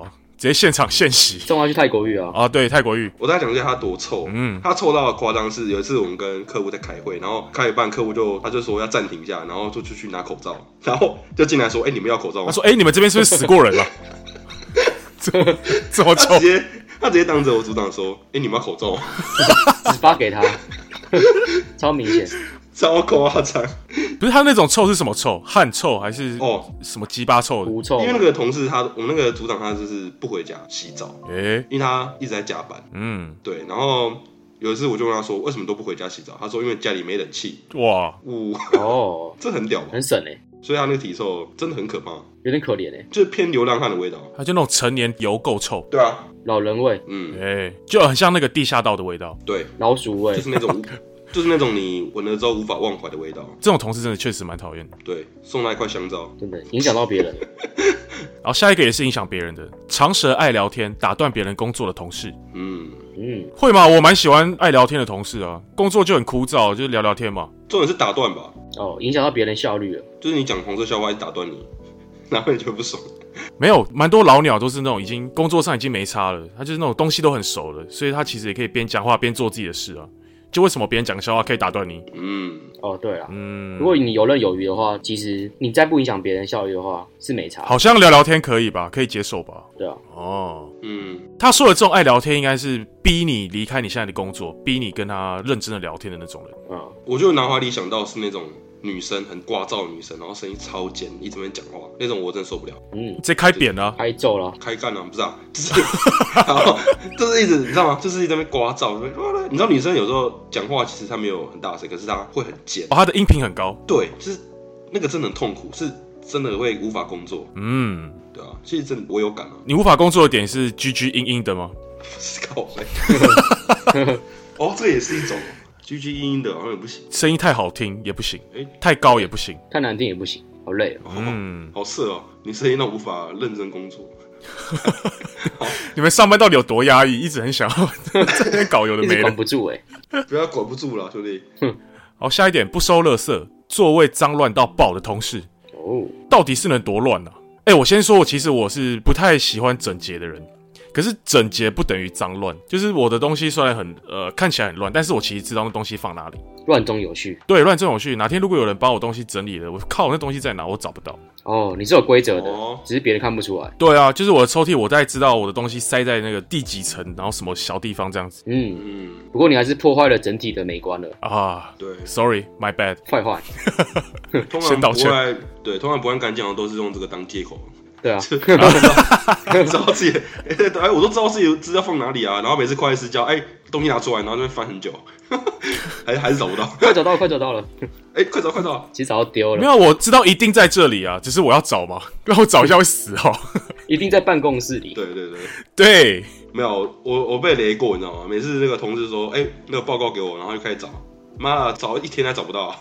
直接现场现洗， 送他去泰国浴啊！ 啊，对，泰国浴。 我再讲一下他多臭，嗯，他臭到夸张是有一次我们跟客户在开会，然后开一半客户就他就说要暂停一下，然后就出去拿口罩，然后就进来说，哎、欸，你们要口罩吗？ 他说，哎、欸，你们这边是不是死过人了？这这么臭， 他直接他直接当着我组长说，哎、欸，你们要口罩吗？ 只发给他，超明显。 超夸张， 不是他那种臭是什么臭？汗臭还是哦什么鸡巴臭的？ 狐臭。 因为那个同事他，我们那个组长他就是不回家洗澡，哎、欸，因为他一直在加班，嗯，对。然后有一次我就问他说，为什么都不回家洗澡？他说因为家里没冷气。哇，呜，哦，这很屌吧？ 很省哎、欸。 所以他那个体臭真的很可怕， 有点可怜哎、欸， 就是偏流浪汉的味道， 他就那种成年油垢臭。 对啊， 老人味， 嗯，哎、欸，就很像那个地下道的味道。 对， 老鼠味， 就是那种。就是那种你闻了之后无法忘怀的味道。 这种同事真的确实蛮讨厌的。 对，送他一块香皂， 真的影响到别人。 然后下一个也是影响别人的，长舌爱聊天，打断别人工作的同事。嗯嗯，会吗？我蛮喜欢爱聊天的同事啊，工作就很枯燥，就是聊聊天嘛。 重点是打断吧？ 哦，影响到别人效率了。 就是你讲红色笑话一打断你，然后你就不爽。 没有，蛮多老鸟都是那种已经工作上已经没差了，他就是那种东西都很熟了，所以他其实也可以边讲话边做自己的事啊。就为什么别人讲笑话可以打断你？ 嗯，哦，对了，嗯，如果你游刃有余的话，其实你再不影响别人效率的话，是没差。 好像聊聊天可以吧，可以接受吧？ 对啊。 哦，嗯，他说的这种爱聊天，应该是逼你离开你现在的工作，逼你跟他认真的聊天的那种人。 嗯，我就脑海里想到是那种女生很聒噪的女生，然后声音超尖，一直在讲话，那种我真的受不了。 嗯，直接开扁了， 开揍了， 开干了，不是啊，就是然后就是一直你知道吗？就是一直在那边聒噪，你知道女生有时候讲话其实她没有很大声，可是她会很尖， 哦，她的音频很高， 对，就是那个真的很痛苦，是真的会无法工作。嗯，对啊，其实真的我有感啊。 你无法工作的点是居居阴阴的吗？ 不是靠背，哦，这也是一种。居居阴阴的好像也不行， 声音太好听也不行，欸、太高也不行， 太难听也不行，好累哦。嗯，好色哦，你声音让我无法认真工作。 你们上班到底有多压抑？一直很想要在那边搞有的没的， 管不住哎、 欸，不要管不住了，兄弟。 好，下一点，不收垃圾，座位脏乱到爆的同事，哦，到底是能多乱呢、啊？哎、欸，我先说，我其实我是不太喜欢整洁的人。可是整洁不等于脏乱，就是我的东西虽然很呃看起来很乱，但是我其实知道那东西放哪里， 乱中有序。 对，乱中有序。哪天如果有人把我东西整理了，我靠，那东西在哪？我找不到。 哦，你是有规则的，哦、只是别人看不出来。 对啊，就是我的抽屉，我大概知道我的东西塞在那个第几层，然后什么小地方这样子。 嗯嗯。不过你还是破坏了整体的美观了啊。 对 ，Sorry，my bad， 坏坏。 先道歉。对，通常不按干净的都是用这个当借口。 对啊， 知道自己哎，我都知道自己资料放哪里啊，然后每次快私交，哎，东西拿出来，然后那边翻很久，还还是找不到， 快找到，快找到了， 哎，快找快找， 其实早就丢了。 没有，我知道一定在这里啊，只是我要找嘛，让我找一下会死哦。 一定在办公室里。 对对对对， 没有，我我被雷过，你知道吗？每次那个同事说，哎，那个报告给我，然后就开始找，妈的，找一天还找不到，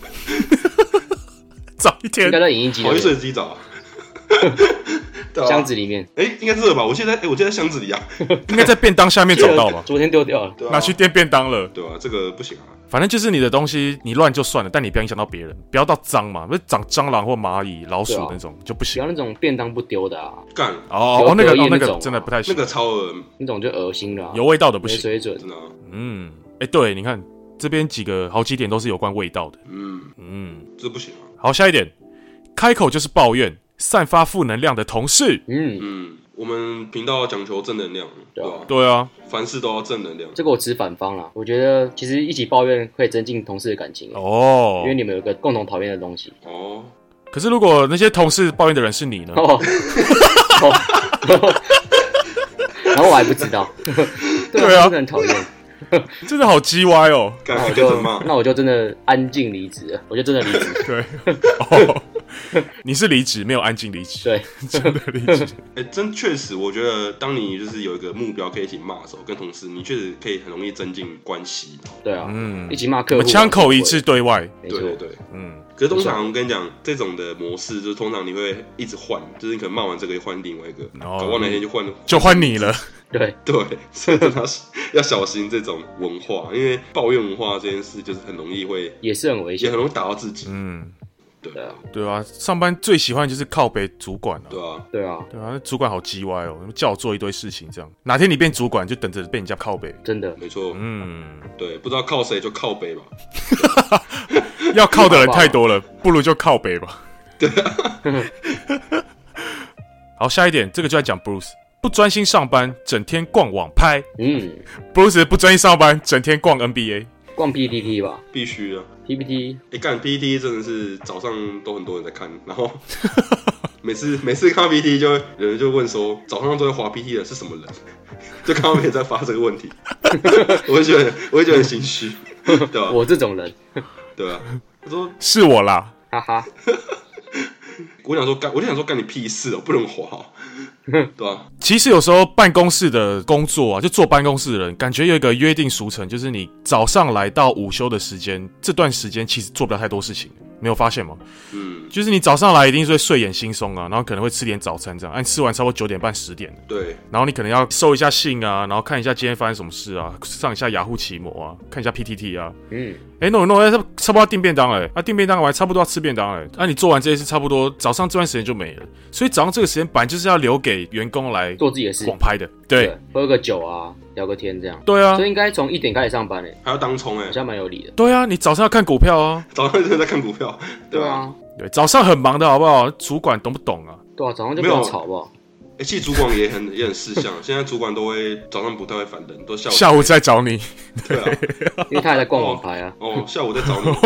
找一天， 应该在影音机， 跑去摄影机找。 箱子里面， 哎、欸，应该是吧？我现在，哎、欸，我现在箱子里啊， 应该在便当下面找到吧？ 昨天丢掉了， 拿去垫便当了， 对啊，这个不行啊。 反正就是你的东西，你乱就算了，但你不要影响到别人，不要到脏嘛，不是长蟑螂或蚂蚁、老鼠那种、啊、就不行。 不要那种便当不丢的啊， 干哦哦，那个哦那个真的不太行， 那个超恶， 那种就恶心了、啊， 有味道的不行， 没水准， 真的、啊。 嗯，哎、欸，对，你看这边几个好几点都是有关味道的， 嗯嗯，这不行啊。 好，下一点，开口就是抱怨。散发负能量的同事， 嗯嗯，我们频道讲求正能量，对吧、啊？ 对啊， 凡事都要正能量。 这个我持反方啦，我觉得其实一起抱怨会增进同事的感情哦，因为你们有个共同讨厌的东西哦。 可是如果那些同事抱怨的人是你呢？ 哦，然后我还不知道，对啊，真的很讨厌。 真的好鸡歪哦！ 那我就那我就真的安静离职了，我就真的离职。 对，哦，你是离职，没有安静离职。 对， 真的离职。 哎、欸，真确实，我觉得当你就是有一个目标可以一起骂的时候，跟同事，你确实可以很容易增进关系。 对啊，嗯，一起骂客户， 枪口一致对外。 没错， 对对，嗯。可是通常我跟你讲，这种的模式就是通常你会一直换，就是你可能骂完这个换另外一个，哦、搞不好哪天就换就换你了。 对对，所以要要小心这种文化，因为抱怨文化这件事就是很容易会也是很危险， 也很容易打到自己。 嗯， 对对啊， 对啊，上班最喜欢就是靠北主管啊。 对啊， 对啊， 对啊，主管好鸡歪哦，叫我做一堆事情，这样哪天你变主管，就等着被人家靠北。 真的没错。 嗯， 对，不知道靠谁就靠北吧。 要靠的人太多了，不如就靠北吧。 对啊。 好，下一点，这个就在讲 Bruce 不专心上班，整天逛网拍。 嗯 Bruce 不专心上班，整天逛 N B A。 逛 P T T 吧必须啊。 ，P P T， 哎，干 P T T 真的是早上都很多人在看，然后每次每次看到 P T T 就会有人就问说，早上都在滑 P T T 的是什么人？就看到别人在发这个问题，我会觉得我会觉得很心虚，对吧？ 我这种人， 对啊，他说是我啦， 哈哈， 我想说干，我就想说干你屁事哦，不能滑、哦，对啊， 其实有时候办公室的工作啊，就坐办公室的人，感觉有一个约定俗成，就是你早上来到午休的时间，这段时间其实做不了太多事情，没有发现吗？ 嗯， 就是你早上来一定是会睡眼惺忪啊，然后可能会吃点早餐这样，按、啊、吃完差不多九点半十点， 对， 然后你可能要收一下信啊，然后看一下今天发生什么事啊，上一下雅虎奇摩啊，看一下 P T T 啊， 嗯， 哎、欸、，no no， 差不多要订便当了、欸，啊，订便当完差不多要吃便当了、欸，那、啊、你做完这些事，差不多早上这段时间就没了，所以早上这个时间本来就是要留给员工来做自己的事， 广拍的，对， 喝个酒啊，聊个天这样， 对啊所以，应该从一点开始上班诶、欸， 还要当冲哎、 好像蛮有理的， 对啊，你早上要看股票啊， 早上真的在看股票，对吧、啊？ 啊， 对，早上很忙的好不好？主管懂不懂啊？ 对啊，早上就不要吵好不好？ 哎、欸，其实主管也很也很识相，现在主管都会早上不太会返人，都下午下午再找你， 对啊， 因为他还在逛网拍啊， 哦，哦下午再找你，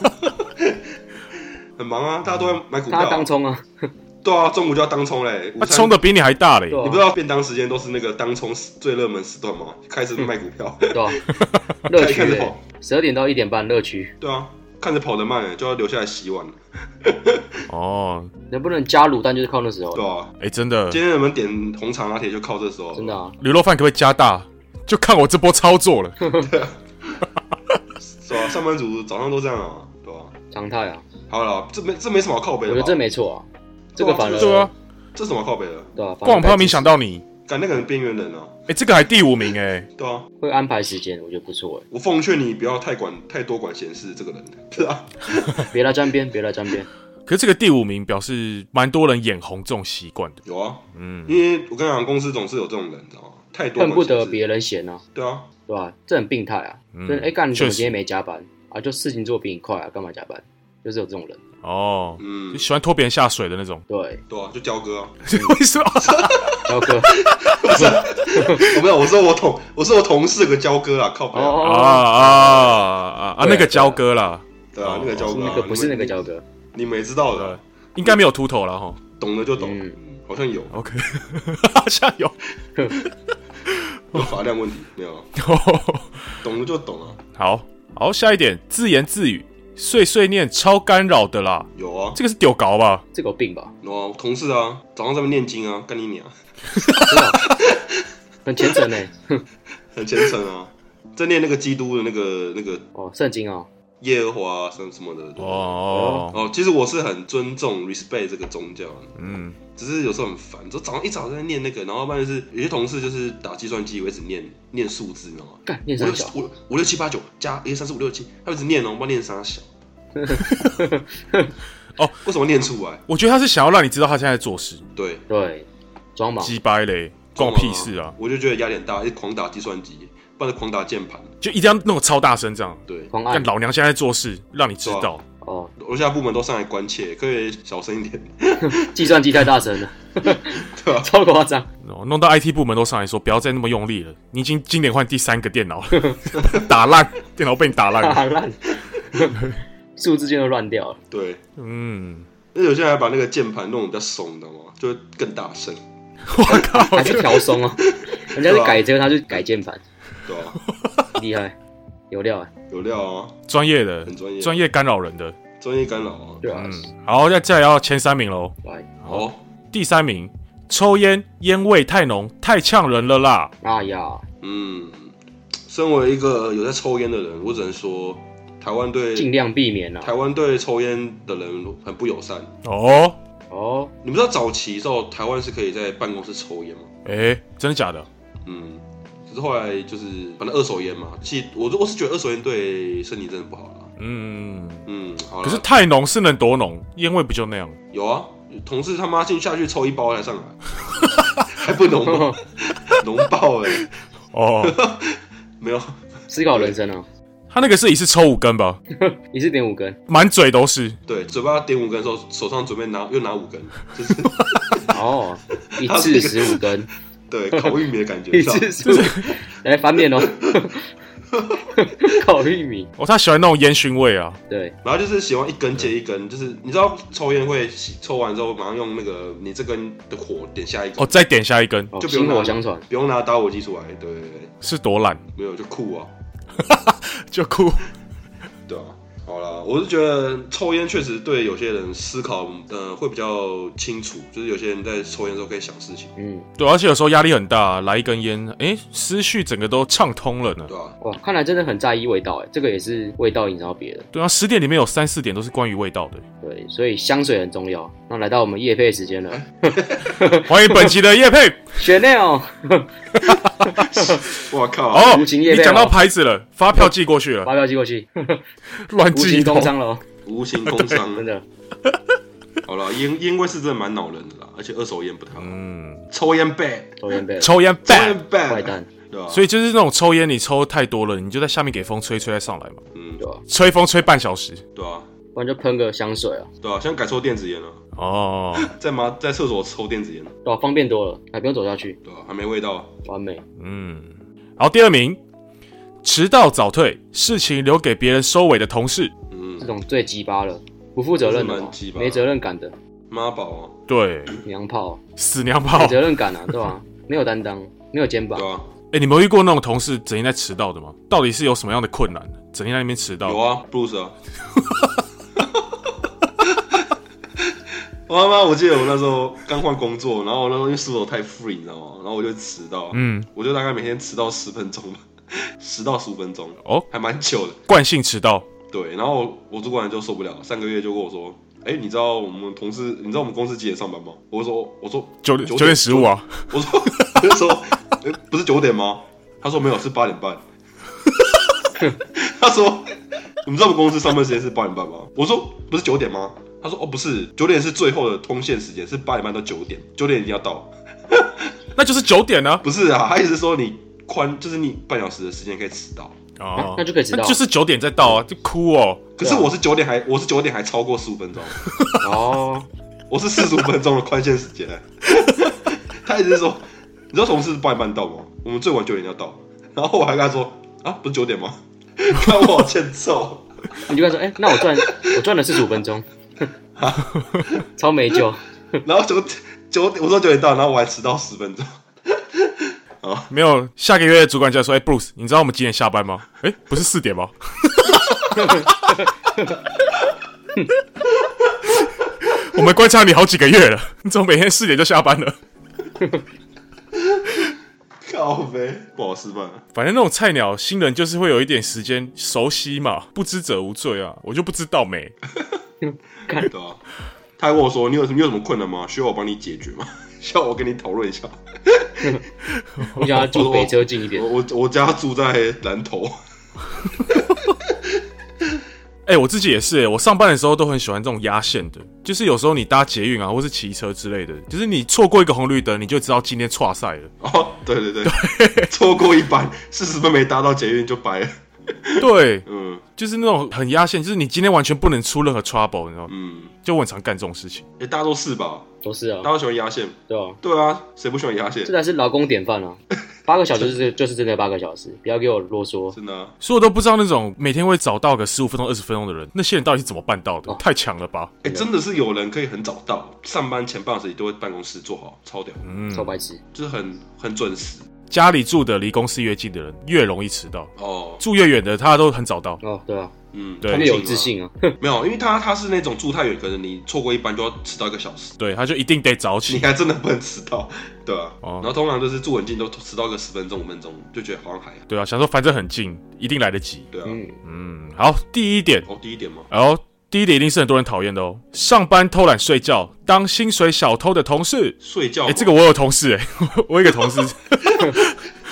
很忙啊，大家都在买股票、 他啊， 当冲啊， 对啊，中午就要当冲嘞， 他冲的比你还大嘞、 对啊你不知道便当时间都是那个当冲最热门时段吗？开始卖股票， 对吧？乐趣嘞开始跑， 十二点到一点半乐趣， 对啊，看着跑得慢，就要留下来洗碗了， 哦， 能不能加卤蛋就是靠那时候对，啊， 哎、欸，真的， 今天我们点红茶拿铁就靠这时候， 真的啊， 驴肉饭可不可以加大？就看我这波操作了。 是吧？上班族早上都这样啊，对吧、啊？ 常态啊， 好了，这没这没什么好靠北的吧， 我觉得这没错啊，这个反而对啊， 这什么好靠北的？ 对啊， 逛网拍没想到你， 干那个人边缘人啊， 哎、欸，这个还第五名哎、欸， 对啊， 会安排时间，我觉得不错哎， 我奉劝你不要太管太多管闲事，这个人，对啊， 别来沾边，别来沾边， 可是这个第五名表示蛮多人眼红这种习惯的。 有啊，嗯，因为我跟你讲，公司总是有这种人，你知道吗？太多恨不管闲事得别人闲啊， 对啊， 对吧？这很病态啊， 嗯就是哎干，你怎么确实今天没加班啊？就事情做比你快啊，干嘛加班？就是有这种人， 哦， 嗯就，喜欢拖别人下水的那种。 对， 对啊，就焦哥啊， 为什么？ 焦哥， 我没有，我说我同我说我同事有个焦哥啊，靠北啊， 哦啊啊啊啊！那个焦哥啦， 对啊，那个焦哥啊， 那个不是那个焦， 焦哥， 你们也知道的啊， 应该没有秃头了哈。 懂的就懂， 嗯好像有， OK， 好像有。 有发量问题没有啊？懂的就懂啊， 好好，下一点，自言自语、碎碎念超干扰的啦。 有啊， 这个是丢搞吧？ 这个有病吧？ 有啊，我同事啊，早上在那边念经啊，干你娘， 真的很虔诚哎， 很虔诚啊，在念那个基督的那个那个哦，圣经哦， 耶和华什么什么的。对哦， 哦，其实我是很尊重 respect 这个宗教的， 嗯， 只是有时候很烦，就早上一早在念那个，然后不然就是有些同事就是打计算机，我一直念念数字，你知道吗？ 干念五六三小， 五五六七八九加一二三四五六七，他一直念哦，我不知道念啥小。 哦， 为什么念出来？ 我觉得他是想要让你知道他现在在做事， 对， 对，装忙， 鸡掰嘞，关我屁事啊！ 我就觉得压力很大，一直狂打计算机，不然狂打键盘。 就一定要弄得超大声这样。 对， 狂按但老娘现在在做事，让你知道。 哦， 楼下部门都上来关切，可以小声一点。 计算机太大声了， 对啊超夸张， 哦，弄到 I T 部门都上来说，不要再那么用力了，你已经今年换第三个电脑了，打烂电脑被你打烂了。 打烂，数字键都乱掉了， 对， 嗯， 那有些人还把那个键盘弄得比较松，你知道吗？就会更大声。 我靠， 还去调松哦，人家是改这个，他就改键盘， 对啊， 厉害，有料啊， 有料啊， 专业的， 很专业， 专业干扰人的。 专业干扰啊。 对啊， 嗯，好，那再来要前三名喽。 来， 好， 第三名，抽烟烟味太浓，太呛人了啦。 哎呀， 嗯，身为一个有在抽烟的人，我只能说，台湾对尽量避免啊， 台湾对抽烟的人很不友善。 哦， 哦， 你们知道早期的时候，台湾是可以在办公室抽烟吗？ 哎，真的假的？ 嗯，只是后来就是反正二手烟嘛，其实我我是觉得二手烟对身体真的不好啦。 嗯嗯，好。 可是太浓是能多浓？烟味不就那样？ 有啊，同事他妈进下去抽一包才上来，还不浓吗？浓爆哎、欸！ 哦， 没有思考人生啊。 他那个是一次抽五根吧？ 一次点五根， 满嘴都是。 对，嘴巴点五根的时候，手上准备拿又拿五根，就是哦，一次十五根， 对，烤玉米的感觉， 一次十五根，来翻面哦。烤玉米哦，他喜欢那种烟熏味啊。 对， 然后就是喜欢一根接一根，就是你知道抽烟会抽完之后马上用那个你这根的火点下一根， 哦，再点下一根， 哦、 就不用薪火相传， 不用拿打火机出来，对对对， 是多懒， 没有就酷啊， 就酷， 对啊。好啦，我是觉得抽烟确实对有些人思考，呃，会比较清楚。就是有些人在抽烟的时候可以想事情， 嗯，对，而且有时候压力很大，来一根烟，哎，思绪整个都畅通了呢。 对啊， 哇，看来真的很在意味道，哎，这个也是味道影响到别人。 对啊，十点里面有三四点都是关于味道的。 对，所以香水很重要。那来到我们业配时间了， 欢迎本期的业配 Chanel。 我靠！ 哦， 无情业配、哦， 你讲到牌子了，发票寄过去了， 发票寄过去， 乱寄一通， 无情工伤了、哦， 无形工伤， 真的。 好了，烟烟味是真的蛮恼人的啦，而且二手烟不太好。 嗯， 抽烟 bad， 抽烟 bad， 抽烟 bad， 坏蛋， 对吧？ 所以就是那种抽烟，你抽太多了，你就在下面给风吹，吹再上来嘛。 嗯， 对吧、啊？ 吹风吹半小时， 对啊， 不然就喷个香水啊， 对啊，现在改抽电子烟了。 哦， 在妈在厕所抽电子烟， 对啊，方便多了，还不用走下去， 对啊，还没味道， 完美。 嗯，好，第二名，迟到早退，事情留给别人收尾的同事。 嗯， 这种最鸡巴了，不负责任的、哦，没责任感的， 妈宝啊， 对， 娘炮， 死娘炮， 没责任感啊，对吧、啊？没有担当，没有肩膀， 对啊。 哎、欸，你们有遇过那种同事整天在迟到的吗？到底是有什么样的困难，整天在那边迟到？ 有啊 ，Bruce 啊。我他妈，我记得我那时候刚换工作，然后我那时候因为宿舍太 free，你知道吗？然后我就迟到，嗯，我就大概每天迟到十分钟吧，十到十五分钟，哦，还蛮久的。 惯性迟到。 对，然后我主管就受不了，上个月就跟我说：“哎、欸，你知道我们同事，你知道我们公司几点上班吗？”我说：“我说九九点十五啊。” 我说：“我就说，欸、不是九点吗？”他说：“没有，是八点半。”他说：“你们知道我们公司上班时间是八点半吗？”我说：“不是九点吗？”他说：“哦，不是，九点是最后的通线时间，是八点半到九点，九点一定要到。” 那就是九点呢、啊？ 不是啊，他意思是说你宽，就是你半小时的时间可以迟到。 哦、啊，那就可以迟到， 就是九点再到啊，就哭哦。 可是我是九点还，我是九点还超过十五分钟。 哦， 我是四十五分钟的宽限时间。他意思是说，你知道同事是八点半到吗？我们最晚九点要到。然后我还跟他说啊，不是九点吗？看我好欠揍。 你就跟他说，哎、欸，那我赚我赚了四十五分钟，超没救。 然后九九点，我说九点到，然后我还迟到十分钟。 哦，没有，下个月主管就说：“哎、欸、，Bruce， 你知道我们几点下班吗？哎、欸，不是四点吗？”我们观察你好几个月了，你怎么每天四点就下班了？ 靠北，不好示范。 反正那种菜鸟新人就是会有一点时间熟悉嘛，不知者无罪啊，我就不知道没。 对啊，他还问我说：“你有什么你有什么困难吗？需要我帮你解决吗？需要我跟你讨论一下？” 我想要住北车近一点。 我我我家住在南投。 哎、欸，我自己也是、欸，我上班的时候都很喜欢这种压线的，就是有时候你搭捷运啊，或是骑车之类的，就是你错过一个红绿灯，你就知道今天挫赛了。 哦，对对对，错过一班，四十分没搭到捷运就白了。 对， 嗯， 就是那种很压线，就是你今天完全不能出任何 trouble， 你知道吗？ 嗯， 就我很常干这种事情。 哎、欸，大家都是吧？ 都是啊， 大家都喜欢压线， 对啊， 对啊，谁不喜欢压线？ 这才是劳工典范啊！八个小时就是就是真的八个小时，不要给我啰嗦。 真的、啊， 所以我都不知道那种每天会早到个十五分钟、二十分钟的人，那些人到底是怎么办到的？哦、太强了吧！ 哎、欸，真的是有人可以很早到，上班前半小时都会办公室做好，超屌， 嗯，超白痴， 就是很很准时。 家里住的离公司越近的人越容易迟到哦， 住越远的他都很早到哦，对啊， 嗯， 他们有自信啊， 没有，因为他他是那种住太远，可能你错过一班就要迟到一个小时， 对，他就一定得早起， 你还真的不能迟到，对啊，哦，然后通常就是住很近都迟到个十分钟五分钟，就觉得好像还好， 对啊，想说反正很近，一定来得及， 对啊， 嗯嗯，好，第一点， 哦，第一点吗？ 然后第一点一定是很多人讨厌的哦，上班偷懒睡觉，当薪水小偷的同事， 睡觉， 哎，这个我有同事哎，我有一个同事。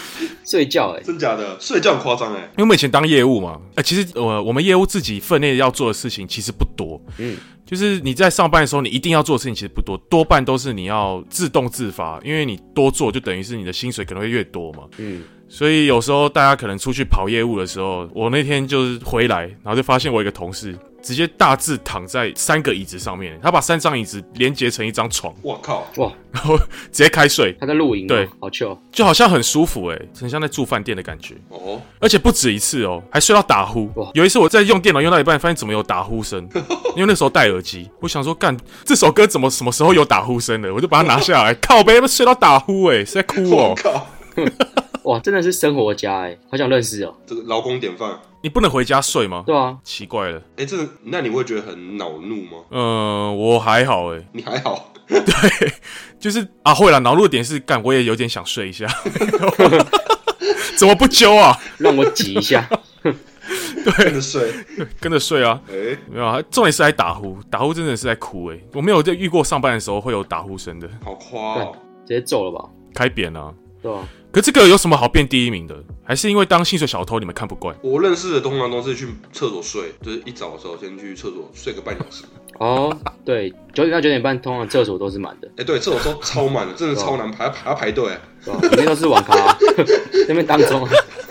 睡觉哎、欸， 真假的？睡觉很夸张哎。 因为我们以前当业务嘛，哎、欸，其实呃，我们业务自己分内要做的事情其实不多，嗯，就是你在上班的时候，你一定要做的事情其实不多，多半都是你要自动自发，因为你多做就等于是你的薪水可能会越多嘛，嗯。所以有时候大家可能出去跑业务的时候，我那天就是回来，然后就发现我一个同事直接大字躺在三个椅子上面，他把三张椅子连结成一张床。 我靠！ 哇！ 然后直接开睡。 他在露营， 对， 好 chill， 就好像很舒服哎，很像在住饭店的感觉。哦，而且不止一次哦，还睡到打呼。有一次我在用电脑用到一半，发现怎么有打呼声，因为那时候戴耳机，我想说干这首歌怎么什么时候有打呼声的，我就把它拿下来，靠北睡到打呼哎，是在哭哦。 我靠！ 哇，真的是生活家哎，好想认识哦。 这个劳工典范， 你不能回家睡吗？ 对啊， 奇怪了。 哎、欸，这个那你会觉得很恼怒吗？ 嗯、呃，我还好哎。 你还好？ 对，就是啊，会啦，恼怒的点是干，我也有点想睡一下，怎么不揪啊？ 让我挤一下。 对， 跟着睡， 跟着睡啊。哎、欸，没有啊，重点是还打呼，打呼真的是在哭哎，我没有在遇过上班的时候会有打呼声的。 好夸哦， 直接揍了吧？ 开扁啊。 对啊。 可这个有什么好变第一名的？还是因为当薪水小偷你们看不惯？ 我认识的通常都是去厕所睡，就是一早的时候先去厕所睡个半小时。 哦，对，九点到九点半，通常厕所都是满的。 哎、欸，对，厕所都超满的，真的超难排，还要排队。 对啊，里面都是网咖、啊，那边当中。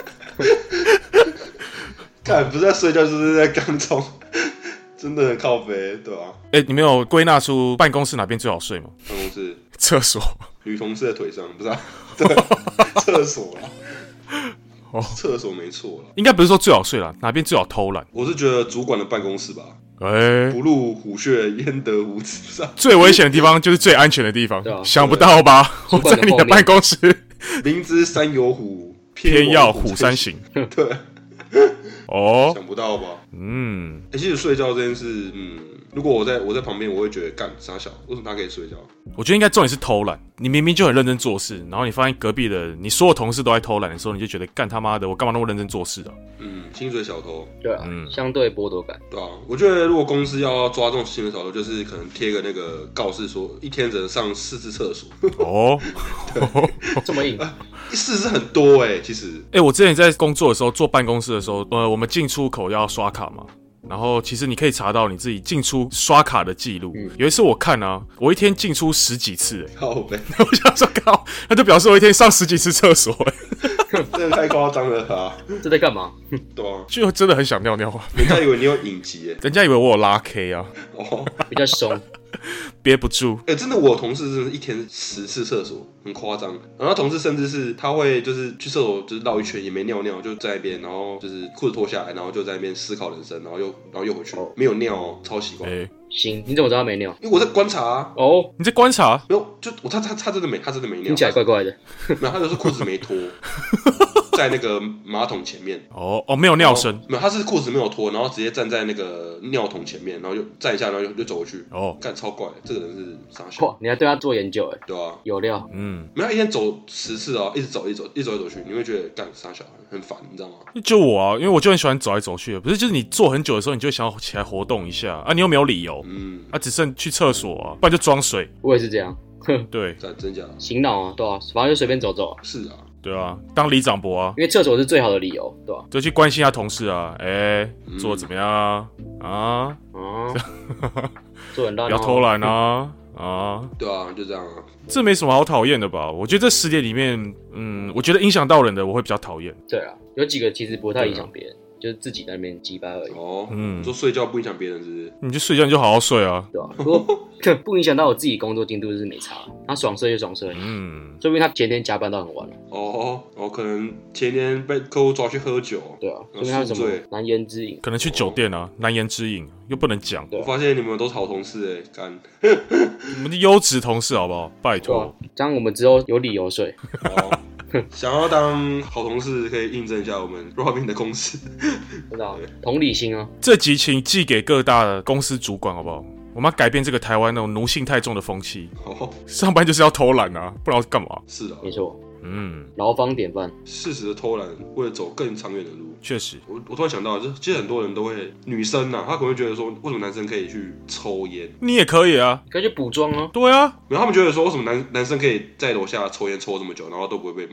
看，不是在睡觉，就是在当中，真的很靠北，对吧、啊？ 哎、欸，你没有归纳出办公室哪边最好睡吗？ 办公室、 厕所、 女同事的腿上，不是啊？对，厕所啦。哦，厕所没错了， 应该不是说最好睡啦，哪边最好偷懒？ 我是觉得主管的办公室吧。哎、欸，不入虎穴，焉得虎子上。 最危险的地方就是最安全的地方， 啊、 想不到吧？我在你的办公室， 明知山有虎， 偏要虎山行。 对， 哦， 想不到吧？嗯，哎、欸，其实睡觉这件事，嗯，如果我在我在旁边，我会觉得干傻小，为什么他可以睡觉？ 我觉得应该重点是偷懒。你明明就很认真做事，然后你发现隔壁的你所有同事都在偷懒的时候，你就觉得干他妈的，我干嘛那么认真做事啊？ 嗯，薪水小偷。 对啊，嗯，相对剥夺感。 对啊，我觉得如果公司要抓这种薪水小偷，就是可能贴个那个告示说，一天只能上四次厕所。 哦， 这么硬。 四次很多哎、欸，其实。 哎、欸，我之前在工作的时候，坐办公室的时候，呃，我们进出口要刷卡嘛。然后其实你可以查到你自己进出刷卡的记录、嗯。有一次我看啊，我一天进出十几次哎、欸， 靠北！ 我想说靠，那就表示我一天上十几次厕所哎、 欸，真的太夸张了啊！ 这在干嘛？ 对啊， 就真的很想尿尿啊！ 人家以为你有隐疾哎， 人家以为我有拉 K 啊， 哦，比较松， 憋不住。 哎、欸，真的，我有同事真的一天十次厕所，很夸张。然后他同事甚至是他会就是去厕所就是绕一圈也没尿尿，就在那边，然后就是裤子脱下来，然后就在那边思考人生，然后又然后又回去，哦、没有尿哦，超习惯。 欸行，你怎么知道他没尿？ 因为我在观察啊。 哦， 你在观察？ 没有，就我他他他真的没，他真的没尿。 听起来怪怪的。 没有，他就是裤子没脱，在那个马桶前面。 哦哦，没有尿声。 没有，他是裤子没有脱，然后直接站在那个尿桶前面，然后就站一下，然后就就走过去。哦，干超怪，这个人是傻笑。 哇，你还对他做研究哎？ 对啊， 有料。 嗯，没有一天走十次哦，一直走，一直走，一直走，一走去，你会觉得干傻小很烦，你知道吗？ 就我啊，因为我就很喜欢走来走去的，不是就是你坐很久的时候，你就想要起来活动一下啊，你又没有理由。嗯，啊，只剩去厕所啊，不然就装水。 我也是这样， 对， 真真假的？ 醒脑啊，对啊，反正就随便走走啊。 是啊， 对啊，当里长伯啊， 因为厕所是最好的理由，对吧、啊？ 就去关心一下同事啊，哎、欸嗯，做得怎么样啊？啊， 啊做很烂、哦， 不要偷懒啊！啊， 对啊，就这样啊， 这没什么好讨厌的吧？我觉得这十点里面，嗯，我觉得影响到人的我会比较讨厌。 对啊，有几个其实不太影响别人。就是自己在那边鸡巴而已。 哦，嗯，说睡觉不影响别人是不是？ 你就睡觉你就好好睡啊， 对吧、啊？如果不影响到我自己工作进度，就是没差。他爽睡就爽睡，嗯，说明他前天加班到很晚了。 哦，哦，可能前天被客户抓去喝酒， 对啊，说明他什么难言之隐， 可能去酒店啊，难言之隐又不能讲。 我发现你们都是好同事哎，干， 你们的优质同事好不好？拜托， 这样我们之后有理由睡。 哦想要当好同事，可以应征一下我们 Robin 的公司。 真的、啊，同理心啊！ 这集请寄给各大的公司主管，好不好？我们要改变这个台湾那种奴性太重的风气。哦，上班就是要偷懒啊，不然要干嘛？ 是啊， 没错。嗯，劳方典范， 适时的偷懒，为了走更长远的路。 确实， 我我突然想到，就其实很多人都会，女生呐、啊，她可能会觉得说，为什么男生可以去抽烟？ 你也可以啊， 可以去补妆啊。 对啊， 然后他们觉得说，为什么男男生可以在楼下抽烟抽这么久，然后都不会被骂？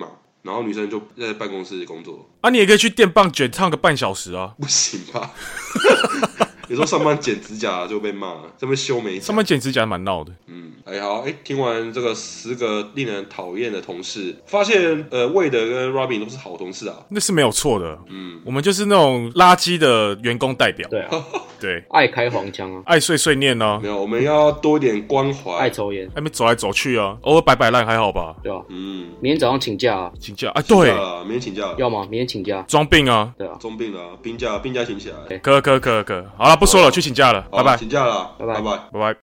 然后女生就在办公室工作。 啊，你也可以去电棒卷烫个半小时啊。 不行吧？有时候上班剪指甲就被骂，这边修眉甲。 上班剪指甲蛮闹的。 嗯，哎、欸、好，哎、欸，听完这个十个令人讨厌的同事，发现呃，魏德跟 Robin 都是好同事啊， 那是没有错的。嗯，我们就是那种垃圾的员工代表。 对啊， 对， 爱开黄腔啊， 爱碎碎念啊。 没有，我们要多一点关怀。 爱抽烟， 还没走来走去啊，偶尔摆摆烂还好吧？ 对啊，嗯，明天早上请假啊， 请假啊，对， 明天请假， 要吗？明天请假， 装病啊， 对啊， 装病了、啊，病假，病假请起来， 可可可可，好了，不说了，去请假了，拜拜， 请假了， 拜拜， 拜拜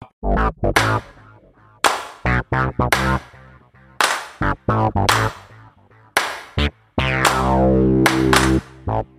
拜。